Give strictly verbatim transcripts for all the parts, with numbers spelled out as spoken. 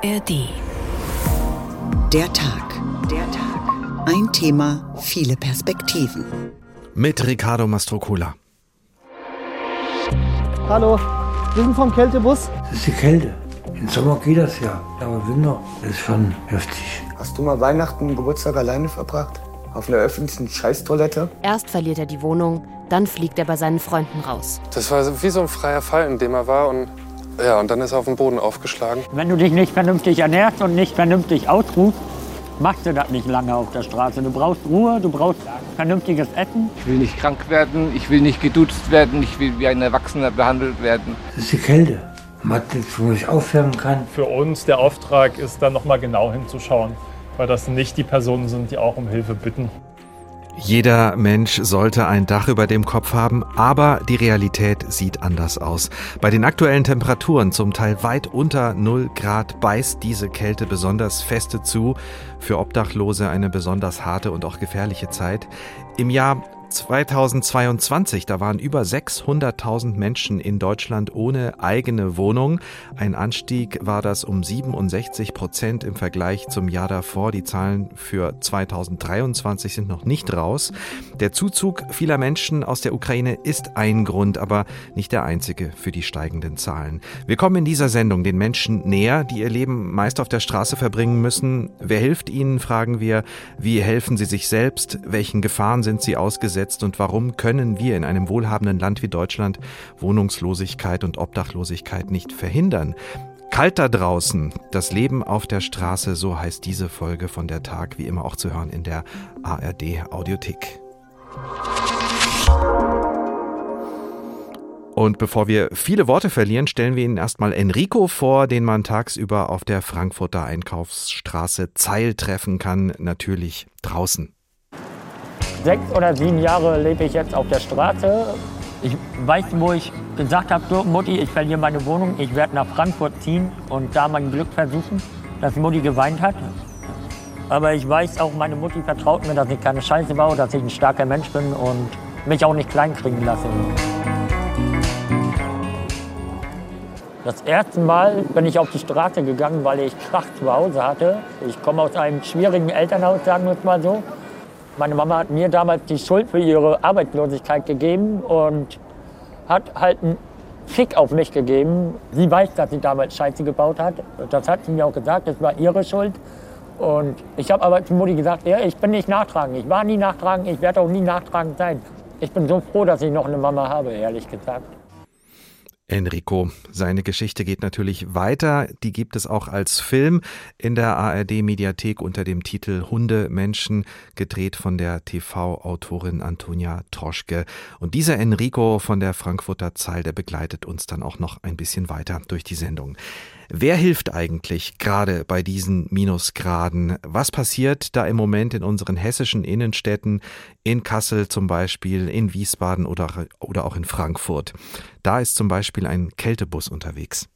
R D. Der Tag. Der Tag. Ein Thema, viele Perspektiven. Mit Riccardo Mastrocola. Hallo, wir sind vom Kältebus. Das ist die Kälte. Im Sommer geht das ja, aber Winter ist schon heftig. Hast du mal Weihnachten und Geburtstag alleine verbracht? Auf einer öffentlichen Scheißtoilette? Erst verliert er die Wohnung, dann fliegt er bei seinen Freunden raus. Das war wie so ein freier Fall, in dem er war. Und, ja, und dann ist er auf den Boden aufgeschlagen. Wenn du dich nicht vernünftig ernährst und nicht vernünftig ausruhst, machst du das nicht lange auf der Straße. Du brauchst Ruhe, du brauchst vernünftiges Essen. Ich will nicht krank werden, ich will nicht geduzt werden, ich will wie ein Erwachsener behandelt werden. Das ist die Kälte. Man hat nichts, wo man sich aufwärmen kann. Für uns der Auftrag ist, dann noch mal genau hinzuschauen, weil das nicht die Personen sind, die auch um Hilfe bitten. Jeder Mensch sollte ein Dach über dem Kopf haben, aber die Realität sieht anders aus. Bei den aktuellen Temperaturen, zum Teil weit unter null Grad, beißt diese Kälte besonders feste zu. Für Obdachlose eine besonders harte und auch gefährliche Zeit. Im Jahr zweitausendzweiundzwanzig, da waren über sechshunderttausend Menschen in Deutschland ohne eigene Wohnung. Ein Anstieg war das um siebenundsechzig Prozent im Vergleich zum Jahr davor. Die Zahlen für zweitausenddreiundzwanzig sind noch nicht raus. Der Zuzug vieler Menschen aus der Ukraine ist ein Grund, aber nicht der einzige für die steigenden Zahlen. Wir kommen in dieser Sendung den Menschen näher, die ihr Leben meist auf der Straße verbringen müssen. Wer hilft ihnen, fragen wir. Wie helfen sie sich selbst? Welchen Gefahren sind sie ausgesetzt? Und warum können wir in einem wohlhabenden Land wie Deutschland Wohnungslosigkeit und Obdachlosigkeit nicht verhindern? Kalt da draußen, das Leben auf der Straße, so heißt diese Folge von der Tag, wie immer auch zu hören in der A R D Audiothek. Und bevor wir viele Worte verlieren, stellen wir Ihnen erstmal Enrico vor, den man tagsüber auf der Frankfurter Einkaufsstraße Zeil treffen kann, natürlich draußen. Sechs oder sieben Jahre lebe ich jetzt auf der Straße. Ich weiß, wo ich gesagt habe, so, Mutti, ich verliere meine Wohnung, ich werde nach Frankfurt ziehen und da mein Glück versuchen, dass Mutti geweint hat. Aber ich weiß auch, meine Mutti vertraut mir, dass ich keine Scheiße baue, dass ich ein starker Mensch bin und mich auch nicht kleinkriegen lasse. Das erste Mal bin ich auf die Straße gegangen, weil ich Krach zu Hause hatte. Ich komme aus einem schwierigen Elternhaus, sagen wir es mal so. Meine Mama hat mir damals die Schuld für ihre Arbeitslosigkeit gegeben und hat halt einen Fick auf mich gegeben. Sie weiß, dass sie damals Scheiße gebaut hat. Das hat sie mir auch gesagt, das war ihre Schuld. Und ich habe aber zu Mutti gesagt, ja, ich bin nicht nachtragend. Ich war nie nachtragend, ich werde auch nie nachtragend sein. Ich bin so froh, dass ich noch eine Mama habe, ehrlich gesagt. Enrico, seine Geschichte geht natürlich weiter. Die gibt es auch als Film in der A R D-Mediathek unter dem Titel Hunde, Menschen, gedreht von der T V-Autorin Antonia Troschke. Und dieser Enrico von der Frankfurter Zeil, der begleitet uns dann auch noch ein bisschen weiter durch die Sendung. Wer hilft eigentlich gerade bei diesen Minusgraden? Was passiert da im Moment in unseren hessischen Innenstädten, in Kassel zum Beispiel, in Wiesbaden oder, oder auch in Frankfurt? Da ist zum Beispiel ein Kältebus unterwegs.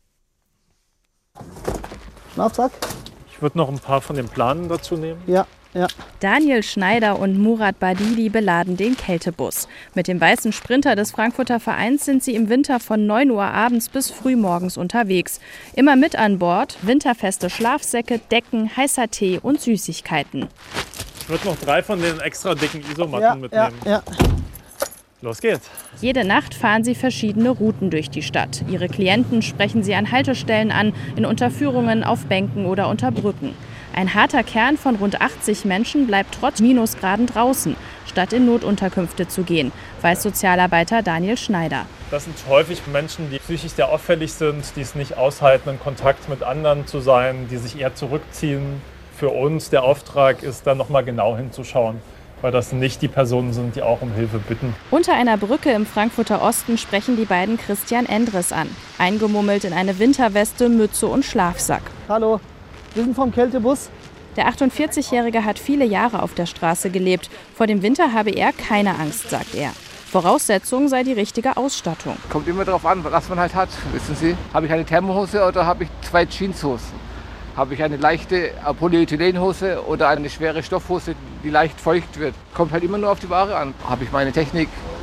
Schlafsack? Ich würde noch ein paar von den Planen dazu nehmen. Ja. Ja. Daniel Schneider und Murat Badili beladen den Kältebus. Mit dem weißen Sprinter des Frankfurter Vereins sind sie im Winter von neun Uhr abends bis frühmorgens unterwegs. Immer mit an Bord winterfeste Schlafsäcke, Decken, heißer Tee und Süßigkeiten. Ich würde noch drei von den extra dicken Isomatten ja, mitnehmen. Ja, ja. Los geht's. Jede Nacht fahren sie verschiedene Routen durch die Stadt. Ihre Klienten sprechen sie an Haltestellen an, in Unterführungen, auf Bänken oder unter Brücken. Ein harter Kern von rund achtzig Menschen bleibt trotz Minusgraden draußen, statt in Notunterkünfte zu gehen, weiß Sozialarbeiter Daniel Schneider. Das sind häufig Menschen, die psychisch sehr auffällig sind, die es nicht aushalten, in Kontakt mit anderen zu sein, die sich eher zurückziehen. Für uns der Auftrag ist, dann noch mal genau hinzuschauen, weil das nicht die Personen sind, die auch um Hilfe bitten. Unter einer Brücke im Frankfurter Osten sprechen die beiden Christian Endres an. Eingemummelt in eine Winterweste, Mütze und Schlafsack. Hallo, wir sind vom Kältebus. Der achtundvierzigjährige hat viele Jahre auf der Straße gelebt. Vor dem Winter habe er keine Angst, sagt er. Voraussetzung sei die richtige Ausstattung. Kommt immer darauf an, was man halt hat, wissen Sie. Habe ich eine Thermohose oder habe ich zwei Jeanshosen? Habe ich eine leichte Polyethylenhose oder eine schwere Stoffhose, die leicht feucht wird? Kommt halt immer nur auf die Ware an. Habe ich meine Technik,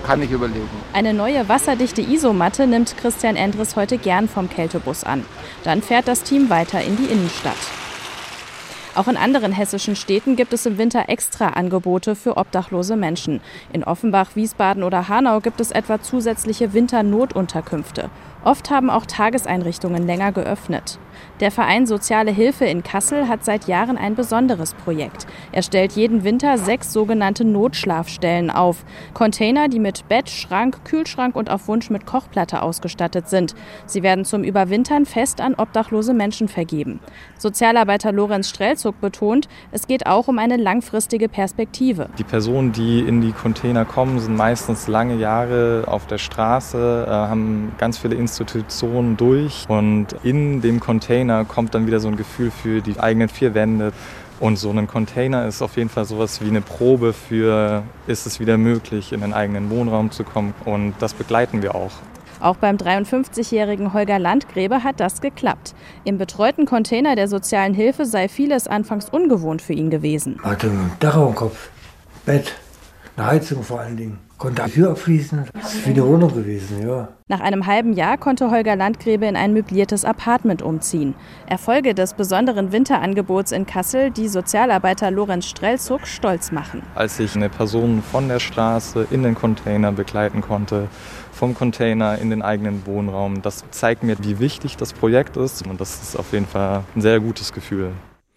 kann ich überleben. Eine neue wasserdichte Isomatte nimmt Christian Endres heute gern vom Kältebus an. Dann fährt das Team weiter in die Innenstadt. Auch in anderen hessischen Städten gibt es im Winter extra Angebote für obdachlose Menschen. In Offenbach, Wiesbaden oder Hanau gibt es etwa zusätzliche Winternotunterkünfte. Oft haben auch Tageseinrichtungen länger geöffnet. Der Verein Soziale Hilfe in Kassel hat seit Jahren ein besonderes Projekt. Er stellt jeden Winter sechs sogenannte Notschlafstellen auf. Container, die mit Bett, Schrank, Kühlschrank und auf Wunsch mit Kochplatte ausgestattet sind. Sie werden zum Überwintern fest an obdachlose Menschen vergeben. Sozialarbeiter Lorenz Strelzug betont, es geht auch um eine langfristige Perspektive. Die Personen, die in die Container kommen, sind meistens lange Jahre auf der Straße, äh, haben ganz viele Institutionen durch und in dem Container kommt dann wieder so ein Gefühl für die eigenen vier Wände. Und so ein Container ist auf jeden Fall sowas wie eine Probe für, ist es wieder möglich, in den eigenen Wohnraum zu kommen. Und das begleiten wir auch. Auch beim dreiundfünfzigjährigen Holger Landgräbe hat das geklappt. Im betreuten Container der Sozialen Hilfe sei vieles anfangs ungewohnt für ihn gewesen. Er hatte ein Dach auf dem Kopf, Bett, eine Heizung vor allen Dingen. Konnte die Tür abschließen. Das ist wie eine Wohnung gewesen, ja. Nach einem halben Jahr konnte Holger Landgräbe in ein möbliertes Apartment umziehen. Erfolge des besonderen Winterangebots in Kassel, die Sozialarbeiter Lorenz Strelzug stolz machen. Als ich eine Person von der Straße in den Container begleiten konnte, vom Container in den eigenen Wohnraum, das zeigt mir, wie wichtig das Projekt ist. Und das ist auf jeden Fall ein sehr gutes Gefühl.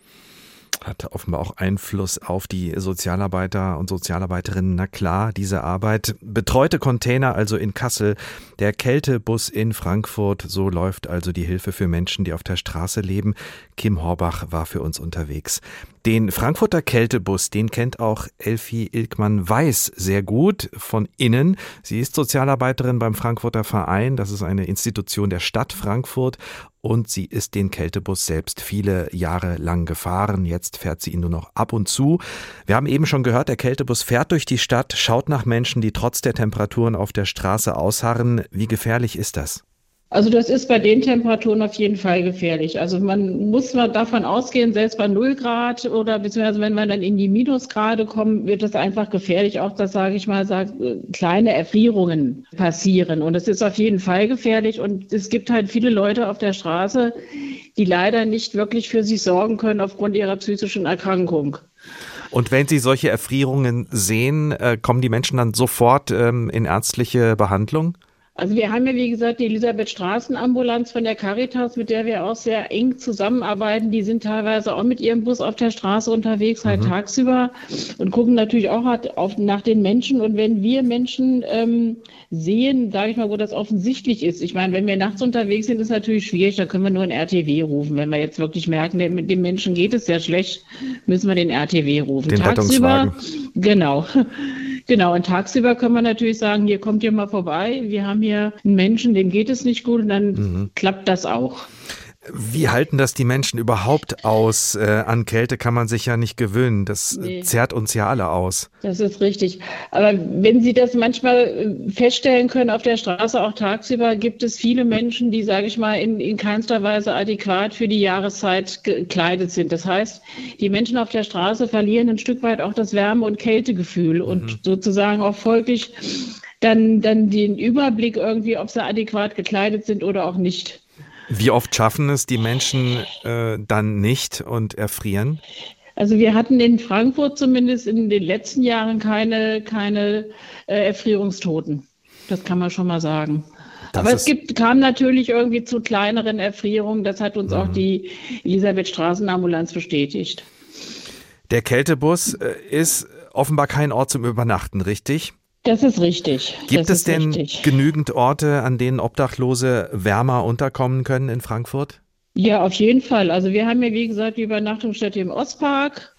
Hat offenbar auch Einfluss auf die Sozialarbeiter und Sozialarbeiterinnen. Na klar, diese Arbeit. Betreute Container also in Kassel, der Kältebus in Frankfurt. So läuft also die Hilfe für Menschen, die auf der Straße leben. Kim Horbach war für uns unterwegs. Den Frankfurter Kältebus, den kennt auch Elfie Ilkmann-Weiß sehr gut von innen. Sie ist Sozialarbeiterin beim Frankfurter Verein. Das ist eine Institution der Stadt Frankfurt. Und sie ist den Kältebus selbst viele Jahre lang gefahren. Jetzt fährt sie ihn nur noch ab und zu. Wir haben eben schon gehört, der Kältebus fährt durch die Stadt, schaut nach Menschen, die trotz der Temperaturen auf der Straße ausharren. Wie gefährlich ist das? Also das ist bei den Temperaturen auf jeden Fall gefährlich. Also man muss mal davon ausgehen, selbst bei null Grad oder beziehungsweise wenn wir dann in die Minusgrade kommen, wird es einfach gefährlich, auch dass, sage ich mal, sag, kleine Erfrierungen passieren. Und es ist auf jeden Fall gefährlich. Und es gibt halt viele Leute auf der Straße, die leider nicht wirklich für sich sorgen können aufgrund ihrer psychischen Erkrankung. Und wenn Sie solche Erfrierungen sehen, äh, kommen die Menschen dann sofort ähm, in ärztliche Behandlung? Also wir haben ja, wie gesagt, die Elisabeth-Straßen-Ambulanz von der Caritas, mit der wir auch sehr eng zusammenarbeiten. Die sind teilweise auch mit ihrem Bus auf der Straße unterwegs, halt mhm. tagsüber und gucken natürlich auch halt auf, nach den Menschen. Und wenn wir Menschen ähm, sehen, sage ich mal, wo das offensichtlich ist. Ich meine, wenn wir nachts unterwegs sind, ist natürlich schwierig, da können wir nur einen R T W rufen. Wenn wir jetzt wirklich merken, mit dem Menschen geht es sehr schlecht, müssen wir den R T W rufen. Den tagsüber, genau. Genau, und tagsüber können wir natürlich sagen, hier kommt ihr mal vorbei, wir haben hier einen Menschen, dem geht es nicht gut und dann mhm. klappt das auch. Wie halten das die Menschen überhaupt aus? Äh, an Kälte kann man sich ja nicht gewöhnen. Das nee. zerrt uns ja alle aus. Das ist richtig. Aber wenn Sie das manchmal feststellen können auf der Straße, auch tagsüber, gibt es viele Menschen, die, sage ich mal, in, in keinster Weise adäquat für die Jahreszeit gekleidet sind. Das heißt, die Menschen auf der Straße verlieren ein Stück weit auch das Wärme- und Kältegefühl mhm. und sozusagen auch folglich dann, dann den Überblick irgendwie, ob sie adäquat gekleidet sind oder auch nicht. Wie oft schaffen es die Menschen äh, dann nicht und erfrieren? Also wir hatten in Frankfurt zumindest in den letzten Jahren keine, keine äh, Erfrierungstoten. Das kann man schon mal sagen. Das Aber es gibt, kam natürlich irgendwie zu kleineren Erfrierungen. Das hat uns mhm. auch die Elisabeth-Straßen-Ambulanz bestätigt. Der Kältebus äh, ist offenbar kein Ort zum Übernachten, richtig? Das ist richtig. Gibt das es denn richtig. genügend Orte, an denen Obdachlose wärmer unterkommen können in Frankfurt? Ja, auf jeden Fall. Also wir haben ja, wie gesagt, die Übernachtungsstätte im Ostpark.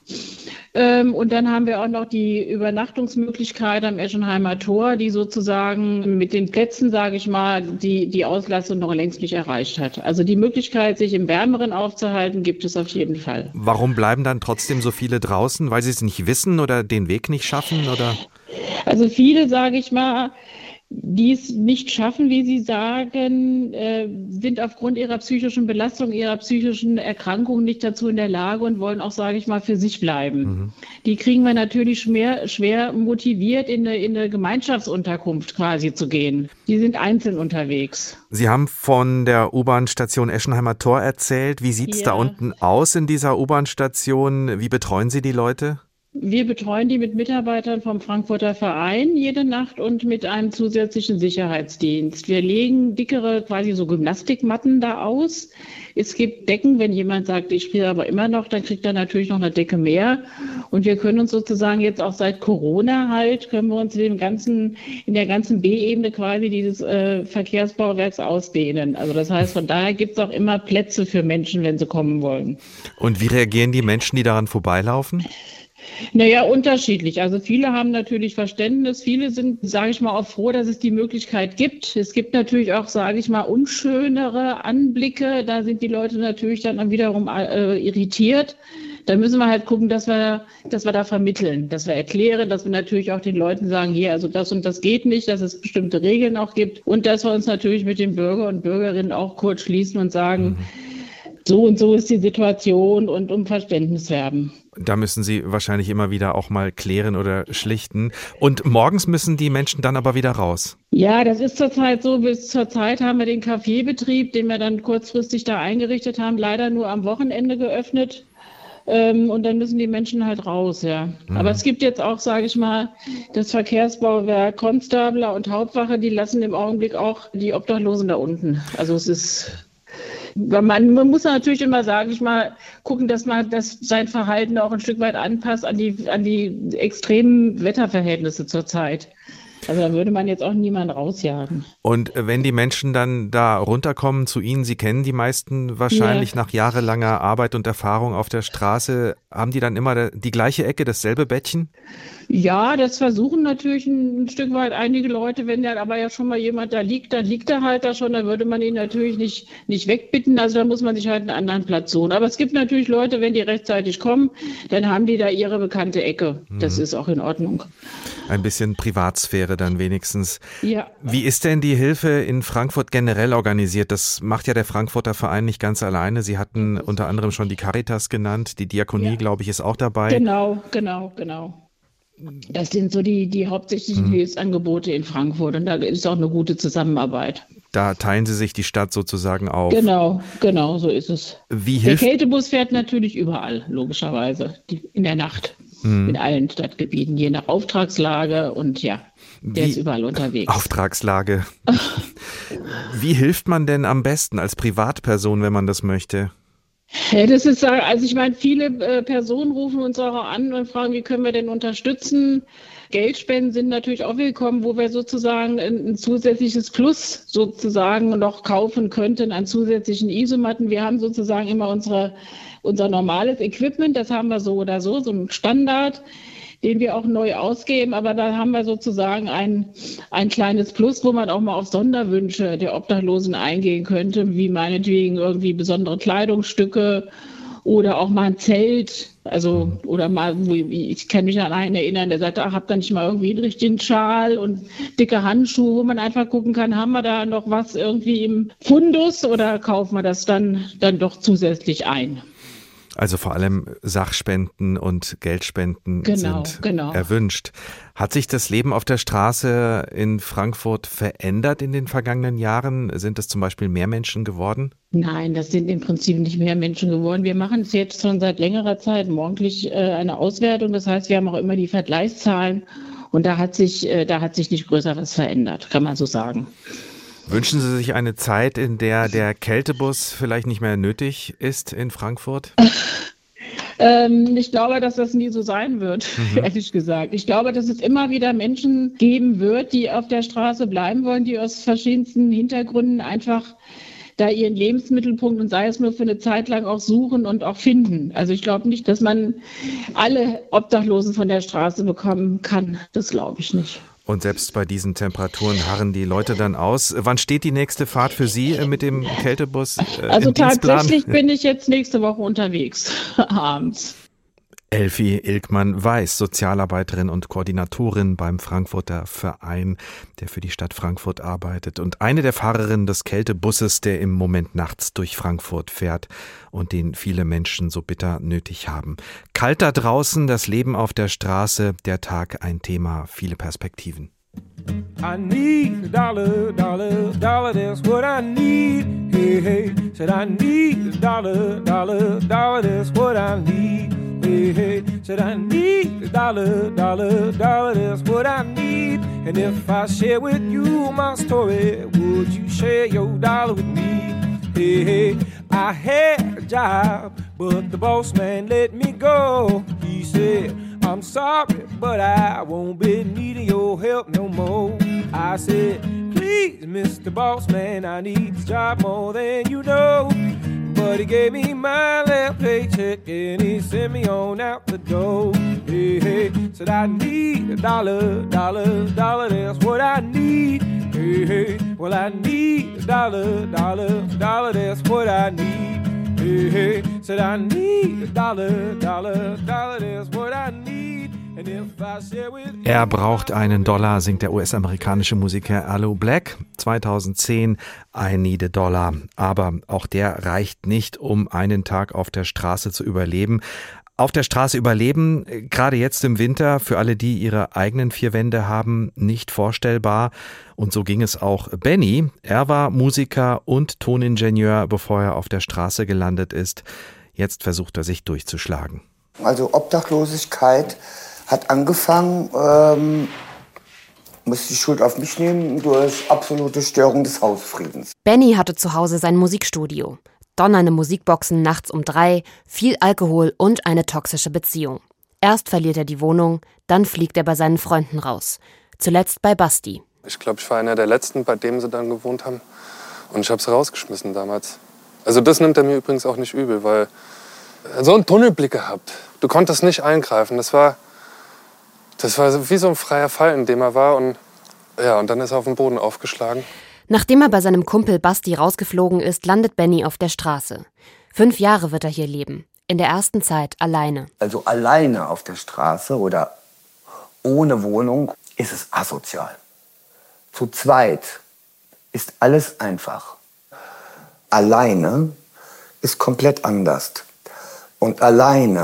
Ähm, und dann haben wir auch noch die Übernachtungsmöglichkeit am Eschenheimer Tor, die sozusagen mit den Plätzen, sage ich mal, die, die Auslastung noch längst nicht erreicht hat. Also die Möglichkeit, sich im Wärmeren aufzuhalten, gibt es auf jeden Fall. Warum bleiben dann trotzdem so viele draußen? Weil sie es nicht wissen oder den Weg nicht schaffen? Oder? Also viele, sage ich mal, die es nicht schaffen, wie Sie sagen, äh, sind aufgrund ihrer psychischen Belastung, ihrer psychischen Erkrankung nicht dazu in der Lage und wollen auch, sage ich mal, für sich bleiben. Mhm. Die kriegen wir natürlich schwer, schwer motiviert, in eine, in eine Gemeinschaftsunterkunft quasi zu gehen. Die sind einzeln unterwegs. Sie haben von der U-Bahn-Station Eschenheimer Tor erzählt. Wie sieht es ja. da unten aus in dieser U-Bahn-Station? Wie betreuen Sie die Leute? Wir betreuen die mit Mitarbeitern vom Frankfurter Verein jede Nacht und mit einem zusätzlichen Sicherheitsdienst. Wir legen dickere, quasi so Gymnastikmatten da aus. Es gibt Decken, wenn jemand sagt, ich spiele aber immer noch, dann kriegt er natürlich noch eine Decke mehr. Und wir können uns sozusagen jetzt auch seit Corona halt, können wir uns in dem ganzen, in der ganzen B-Ebene quasi dieses äh, Verkehrsbauwerks ausdehnen. Also das heißt, von daher gibt es auch immer Plätze für Menschen, wenn sie kommen wollen. Und wie reagieren die Menschen, die daran vorbeilaufen? Naja, unterschiedlich. Also viele haben natürlich Verständnis. Viele sind, sage ich mal, auch froh, dass es die Möglichkeit gibt. Es gibt natürlich auch, sage ich mal, unschönere Anblicke. Da sind die Leute natürlich dann wiederum äh, irritiert. Da müssen wir halt gucken, dass wir, dass wir da vermitteln, dass wir erklären, dass wir natürlich auch den Leuten sagen, hier, also das und das geht nicht, dass es bestimmte Regeln auch gibt und dass wir uns natürlich mit den Bürger und Bürgerinnen auch kurz schließen und sagen, mhm. so und so ist die Situation und um Verständnis werben. Da müssen Sie wahrscheinlich immer wieder auch mal klären oder schlichten. Und morgens müssen die Menschen dann aber wieder raus. Ja, das ist zurzeit so. Bis zur Zeit haben wir den Kaffeebetrieb, den wir dann kurzfristig da eingerichtet haben, leider nur am Wochenende geöffnet. Ähm, und dann müssen die Menschen halt raus, ja. Mhm. Aber es gibt jetzt auch, sage ich mal, das Verkehrsbauwerk Konstabler und Hauptwache, die lassen im Augenblick auch die Obdachlosen da unten. Also es ist... Man, man muss natürlich immer, sage ich mal, gucken, dass man das, sein Verhalten auch ein Stück weit anpasst an die, an die extremen Wetterverhältnisse zurzeit. Also da würde man jetzt auch niemanden rausjagen. Und wenn die Menschen dann da runterkommen zu Ihnen, Sie kennen die meisten wahrscheinlich ja. nach jahrelanger Arbeit und Erfahrung auf der Straße, haben die dann immer die gleiche Ecke, dasselbe Bettchen? Ja, das versuchen natürlich ein Stück weit einige Leute, wenn dann aber ja schon mal jemand da liegt, dann liegt er halt da schon, dann würde man ihn natürlich nicht, nicht wegbitten, also da muss man sich halt einen anderen Platz suchen. Aber es gibt natürlich Leute, wenn die rechtzeitig kommen, dann haben die da ihre bekannte Ecke. Das mhm. ist auch in Ordnung. Ein bisschen Privatsphäre dann wenigstens. Ja. Wie ist denn die Hilfe in Frankfurt generell organisiert? Das macht ja der Frankfurter Verein nicht ganz alleine. Sie hatten unter anderem schon die Caritas genannt, die Diakonie, ja. glaube ich, ist auch dabei. Genau, genau, genau. Das sind so die, die hauptsächlichen mhm. Hilfsangebote in Frankfurt und da ist auch eine gute Zusammenarbeit. Da teilen Sie sich die Stadt sozusagen auf. Genau, genau, so ist es. Wie hilft... Der Kältebus fährt natürlich überall, logischerweise, die, in der Nacht, mhm. in allen Stadtgebieten, je nach Auftragslage und ja, der Wie... ist überall unterwegs. Auftragslage. Wie hilft man denn am besten als Privatperson, wenn man das möchte? Ja, das ist, also ich meine, viele äh, Personen rufen uns auch an und fragen, wie können wir denn unterstützen? Geldspenden sind natürlich auch willkommen, wo wir sozusagen ein, ein zusätzliches Plus sozusagen noch kaufen könnten an zusätzlichen Isomatten. Wir haben sozusagen immer unsere, unser normales Equipment, das haben wir so oder so, so ein Standard, den wir auch neu ausgeben, aber da haben wir sozusagen ein, ein kleines Plus, wo man auch mal auf Sonderwünsche der Obdachlosen eingehen könnte, wie meinetwegen irgendwie besondere Kleidungsstücke oder auch mal ein Zelt, also oder mal, ich kann mich an einen erinnern, der sagte, ach, habt ihr nicht mal irgendwie einen richtigen Schal und dicke Handschuhe, wo man einfach gucken kann, haben wir da noch was irgendwie im Fundus oder kaufen wir das dann, dann doch zusätzlich ein? Also vor allem Sachspenden und Geldspenden genau, sind genau. erwünscht. Hat sich das Leben auf der Straße in Frankfurt verändert in den vergangenen Jahren? Sind es zum Beispiel mehr Menschen geworden? Nein, das sind im Prinzip nicht mehr Menschen geworden. Wir machen es jetzt schon seit längerer Zeit morgendlich äh, eine Auswertung. Das heißt, wir haben auch immer die Vergleichszahlen und da hat sich, äh, da hat sich nicht größer was verändert, kann man so sagen. Wünschen Sie sich eine Zeit, in der der Kältebus vielleicht nicht mehr nötig ist in Frankfurt? ähm, ich glaube, dass das nie so sein wird, mhm. ehrlich gesagt. Ich glaube, dass es immer wieder Menschen geben wird, die auf der Straße bleiben wollen, die aus verschiedensten Hintergründen einfach da ihren Lebensmittelpunkt und sei es nur für eine Zeit lang auch suchen und auch finden. Also ich glaube nicht, dass man alle Obdachlosen von der Straße bekommen kann. Das glaube ich nicht. Und selbst bei diesen Temperaturen harren die Leute dann aus. Wann steht die nächste Fahrt für Sie mit dem Kältebus? Äh, also tatsächlich bin ich jetzt nächste Woche unterwegs, abends. Elfi Ilkmann-Weiß, Sozialarbeiterin und Koordinatorin beim Frankfurter Verein, der für die Stadt Frankfurt arbeitet und eine der Fahrerinnen des Kältebusses, der im Moment nachts durch Frankfurt fährt und den viele Menschen so bitter nötig haben. Kalt da draußen, das Leben auf der Straße, der Tag ein Thema, viele Perspektiven. I need a dollar, dollar, dollar, that's what I need. Hey, hey, said I need a dollar, dollar, dollar, that's what I need. Hey, hey, said I need a dollar, dollar, dollar, that's what I need. And if I share with you my story, would you share your dollar with me? Hey, hey, I had a job, but the boss man let me go. He said, I'm sorry, but I won't be needing your help no more. I said, please, Mister Boss Man, I need this job more than you know. But he gave me my last paycheck and he sent me on out the door. Hey, hey, said I need a dollar, dollar, dollar, that's what I need. Hey, hey, well I need a dollar, dollar, dollar, that's what I need. Hey, hey, said I need a dollar, dollar, dollar, that's what I need. And if I share with you. Er braucht einen Dollar, singt der U S-amerikanische Musiker Aloe Blacc. zweitausendzehn, I need a dollar. Aber auch der reicht nicht, um einen Tag auf der Straße zu überleben. Auf der Straße überleben, gerade jetzt im Winter, für alle, die ihre eigenen vier Wände haben, nicht vorstellbar. Und so ging es auch Benny. Er war Musiker und Toningenieur, bevor er auf der Straße gelandet ist. Jetzt versucht er sich durchzuschlagen. Also Obdachlosigkeit hat angefangen, ähm, muss die Schuld auf mich nehmen, durch absolute Störung des Hausfriedens. Benny hatte zu Hause sein Musikstudio. Donnernde Musikboxen nachts um drei, viel Alkohol und eine toxische Beziehung. Erst verliert er die Wohnung, dann fliegt er bei seinen Freunden raus. Zuletzt bei Basti. Ich glaube, ich war einer der Letzten, bei dem sie dann gewohnt haben. Und ich habe sie rausgeschmissen damals. Also das nimmt er mir übrigens auch nicht übel, weil er so einen Tunnelblick gehabt. Du konntest nicht eingreifen. Das war, das war wie so ein freier Fall, in dem er war. Und, ja, und dann ist er auf den Boden aufgeschlagen. Nachdem er bei seinem Kumpel Basti rausgeflogen ist, landet Benny auf der Straße. Fünf Jahre wird er hier leben. In der ersten Zeit alleine. Also alleine auf der Straße oder ohne Wohnung ist es asozial. Zu zweit ist alles einfach. Alleine ist komplett anders. Und alleine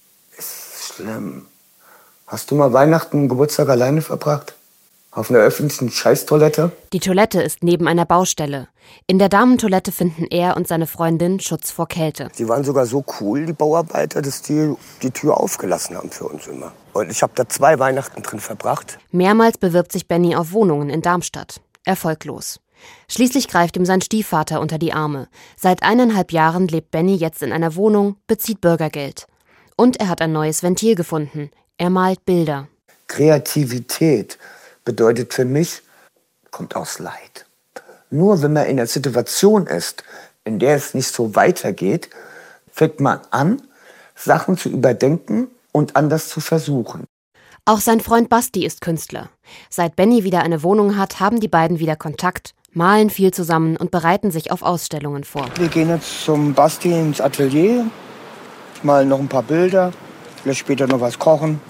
ist schlimm. Hast du mal Weihnachten und Geburtstag alleine verbracht? Auf einer öffentlichen Scheißtoilette? Die Toilette ist neben einer Baustelle. In der Damentoilette finden er und seine Freundin Schutz vor Kälte. Die waren sogar so cool, die Bauarbeiter, dass die die Tür aufgelassen haben für uns immer. Und ich habe da zwei Weihnachten drin verbracht. Mehrmals bewirbt sich Benny auf Wohnungen in Darmstadt. Erfolglos. Schließlich greift ihm sein Stiefvater unter die Arme. Seit eineinhalb Jahren lebt Benny jetzt in einer Wohnung, bezieht Bürgergeld. Und er hat ein neues Ventil gefunden. Er malt Bilder. Kreativität bedeutet für mich, kommt aus Leid. Nur wenn man in einer Situation ist, in der es nicht so weitergeht, fängt man an, Sachen zu überdenken und anders zu versuchen. Auch sein Freund Basti ist Künstler. Seit Benny wieder eine Wohnung hat, haben die beiden wieder Kontakt, malen viel zusammen und bereiten sich auf Ausstellungen vor. Wir gehen jetzt zum Basti ins Atelier, malen noch ein paar Bilder, vielleicht später noch was kochen.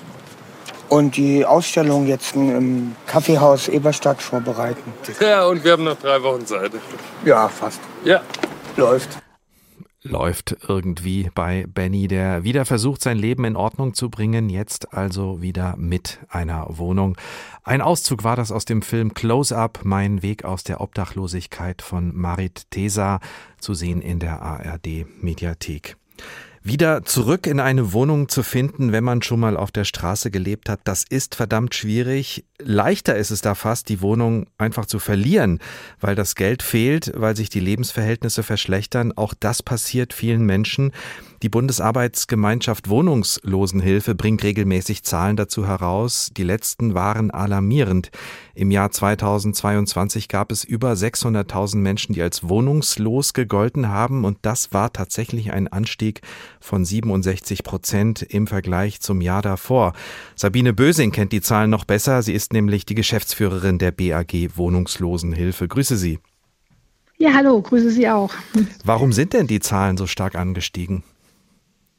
Und die Ausstellung jetzt im Kaffeehaus Eberstadt vorbereiten. Ja, und wir haben noch drei Wochen Zeit. Ja, fast. Ja. Läuft. Läuft irgendwie bei Benny, der wieder versucht, sein Leben in Ordnung zu bringen, jetzt also wieder mit einer Wohnung. Ein Auszug war das aus dem Film Close-Up, Mein Weg aus der Obdachlosigkeit von Marit Tesa, zu sehen in der A R D-Mediathek. Wieder zurück in eine Wohnung zu finden, wenn man schon mal auf der Straße gelebt hat, das ist verdammt schwierig. Leichter ist es da fast, die Wohnung einfach zu verlieren, weil das Geld fehlt, weil sich die Lebensverhältnisse verschlechtern. Auch das passiert vielen Menschen. Die Bundesarbeitsgemeinschaft Wohnungslosenhilfe bringt regelmäßig Zahlen dazu heraus. Die letzten waren alarmierend. Im Jahr zweitausendzweiundzwanzig gab es über sechshunderttausend Menschen, die als wohnungslos gegolten haben. Und das war tatsächlich ein Anstieg von siebenundsechzig Prozent im Vergleich zum Jahr davor. Sabine Bösing kennt die Zahlen noch besser. Sie ist nämlich die Geschäftsführerin der B A G Wohnungslosenhilfe. Grüße Sie. Ja, hallo, grüße Sie auch. Warum sind denn die Zahlen so stark angestiegen?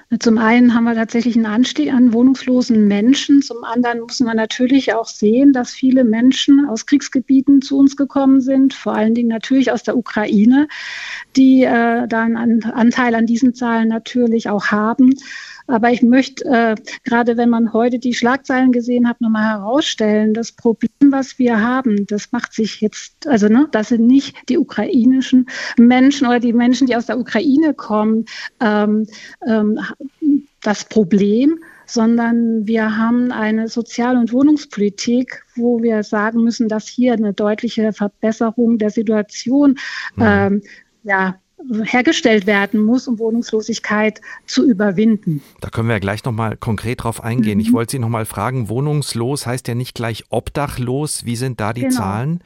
Zum einen haben wir tatsächlich einen Anstieg an wohnungslosen Menschen. Zum anderen müssen wir natürlich auch sehen, dass viele Menschen aus Kriegsgebieten zu uns gekommen sind, vor allen Dingen natürlich aus der Ukraine, die äh, da einen Anteil an diesen Zahlen natürlich auch haben. Aber ich möchte, äh, gerade wenn man heute die Schlagzeilen gesehen hat, nochmal herausstellen, das Problem, was wir haben, das macht sich jetzt, also ne, das sind nicht die ukrainischen Menschen oder die Menschen, die aus der Ukraine kommen, ähm, ähm, das Problem, sondern wir haben eine Sozial- und Wohnungspolitik, wo wir sagen müssen, dass hier eine deutliche Verbesserung der Situation mhm. ähm, ja, hergestellt werden muss, um Wohnungslosigkeit zu überwinden. Da können wir ja gleich nochmal konkret drauf eingehen. Mhm. Ich wollte Sie nochmal fragen, wohnungslos heißt ja nicht gleich obdachlos. Wie sind da die genau. Zahlen?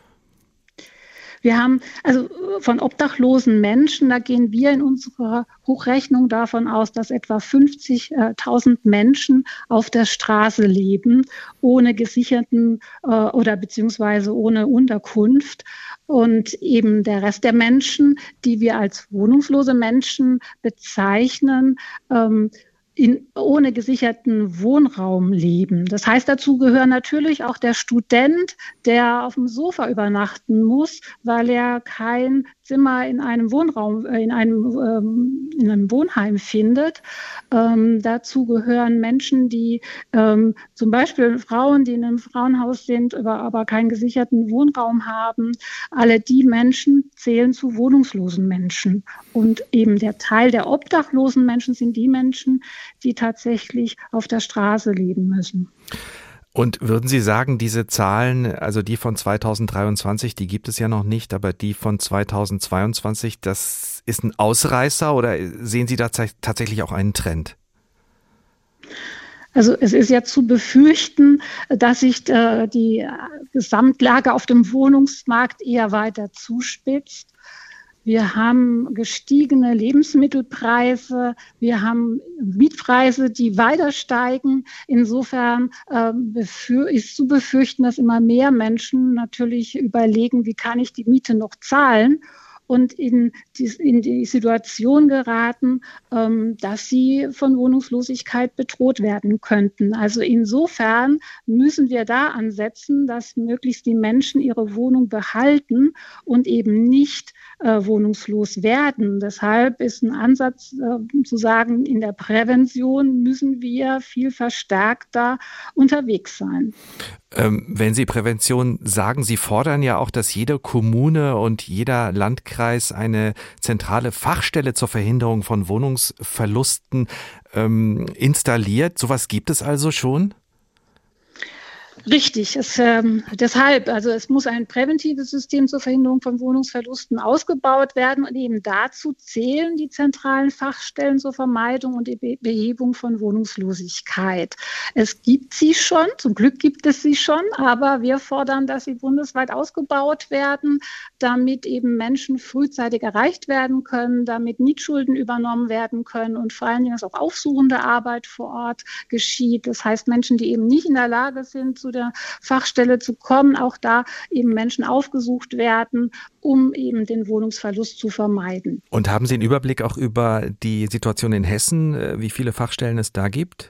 Wir haben also von obdachlosen Menschen, da gehen wir in unserer Hochrechnung davon aus, dass etwa fünfzigtausend Menschen auf der Straße leben, ohne gesicherten äh, oder beziehungsweise ohne Unterkunft. Und eben der Rest der Menschen, die wir als wohnungslose Menschen bezeichnen, ähm, in, ohne gesicherten Wohnraum leben. Das heißt, dazu gehören natürlich auch der Student, der auf dem Sofa übernachten muss, weil er kein Zimmer in einem Wohnraum, in einem, ähm, in einem Wohnheim findet. Ähm, dazu gehören Menschen, die ähm, zum Beispiel Frauen, die in einem Frauenhaus sind, aber, aber keinen gesicherten Wohnraum haben. Alle die Menschen zählen zu wohnungslosen Menschen. Und eben der Teil der obdachlosen Menschen sind die Menschen, die tatsächlich auf der Straße leben müssen. Und würden Sie sagen, diese Zahlen, also die von zweitausenddreiundzwanzig, die gibt es ja noch nicht, aber die von zweitausendzweiundzwanzig, das ist ein Ausreißer oder sehen Sie da tatsächlich auch einen Trend? Also es ist ja zu befürchten, dass sich äh, die Gesamtlage auf dem Wohnungsmarkt eher weiter zuspitzt. Wir haben gestiegene Lebensmittelpreise, wir haben Mietpreise, die weiter steigen. Insofern äh, befür- ist zu befürchten, dass immer mehr Menschen natürlich überlegen, wie kann ich die Miete noch zahlen, und in die, in die Situation geraten, ähm, dass sie von Wohnungslosigkeit bedroht werden könnten. Also insofern müssen wir da ansetzen, dass möglichst die Menschen ihre Wohnung behalten und eben nicht äh, wohnungslos werden. Deshalb ist ein Ansatz äh, zu sagen, in der Prävention müssen wir viel verstärkter unterwegs sein. Ähm, wenn Sie Prävention sagen, Sie fordern ja auch, dass jede Kommune und jeder Landkreis eine zentrale Fachstelle zur Verhinderung von Wohnungsverlusten ähm, installiert. Sowas gibt es also schon? Richtig, es, ähm, deshalb, also es muss ein präventives System zur Verhinderung von Wohnungsverlusten ausgebaut werden und eben dazu zählen die zentralen Fachstellen zur Vermeidung und die Be- Behebung von Wohnungslosigkeit. Es gibt sie schon, zum Glück gibt es sie schon, aber wir fordern, dass sie bundesweit ausgebaut werden, damit eben Menschen frühzeitig erreicht werden können, damit Mietschulden übernommen werden können und vor allen Dingen, dass auch aufsuchende Arbeit vor Ort geschieht. Das heißt, Menschen, die eben nicht in der Lage sind, zu der Fachstelle zu kommen, auch da eben Menschen aufgesucht werden, um eben den Wohnungsverlust zu vermeiden. Und haben Sie einen Überblick auch über die Situation in Hessen, wie viele Fachstellen es da gibt?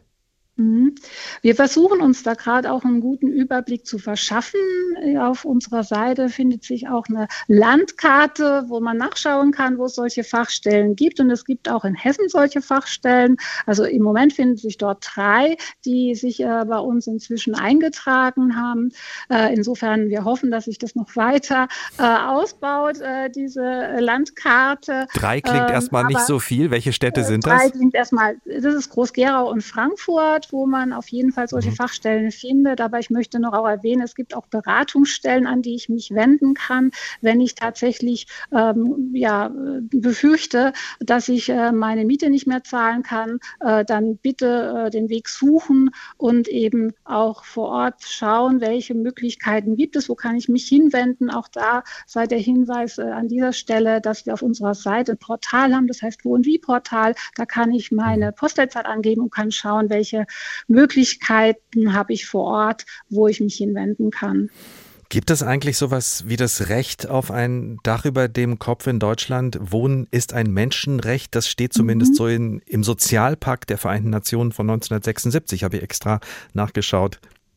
Wir versuchen uns da gerade auch einen guten Überblick zu verschaffen. Auf unserer Seite findet sich auch eine Landkarte, wo man nachschauen kann, wo es solche Fachstellen gibt. Und es gibt auch in Hessen solche Fachstellen. Also im Moment finden sich dort drei, die sich äh, bei uns inzwischen eingetragen haben. Äh, insofern, wir hoffen, dass sich das noch weiter äh, ausbaut, äh, diese Landkarte. Drei klingt ähm, erstmal nicht so viel. Welche Städte äh, sind das? Drei klingt erstmal, das ist Groß-Gerau und Frankfurt, wo man auf jeden Fall solche mhm. Fachstellen findet. Aber ich möchte noch auch erwähnen, es gibt auch Beratungsstellen, an die ich mich wenden kann, wenn ich tatsächlich ähm, ja, befürchte, dass ich äh, meine Miete nicht mehr zahlen kann. Äh, dann bitte äh, den Weg suchen und eben auch vor Ort schauen, welche Möglichkeiten gibt es, wo kann ich mich hinwenden. Auch da sei der Hinweis äh, an dieser Stelle, dass wir auf unserer Seite ein Portal haben, das heißt Wohn- wie Portal. Da kann ich meine Postleitzahl angeben und kann schauen, welche Möglichkeiten habe ich vor Ort, wo ich mich hinwenden kann. Gibt es eigentlich sowas wie das Recht auf ein Dach über dem Kopf in Deutschland? Wohnen ist ein Menschenrecht. Das steht zumindest mhm. so in, im Sozialpakt der Vereinten Nationen von neunzehnhundertsechsundsiebzig, habe ich extra nachgeschaut.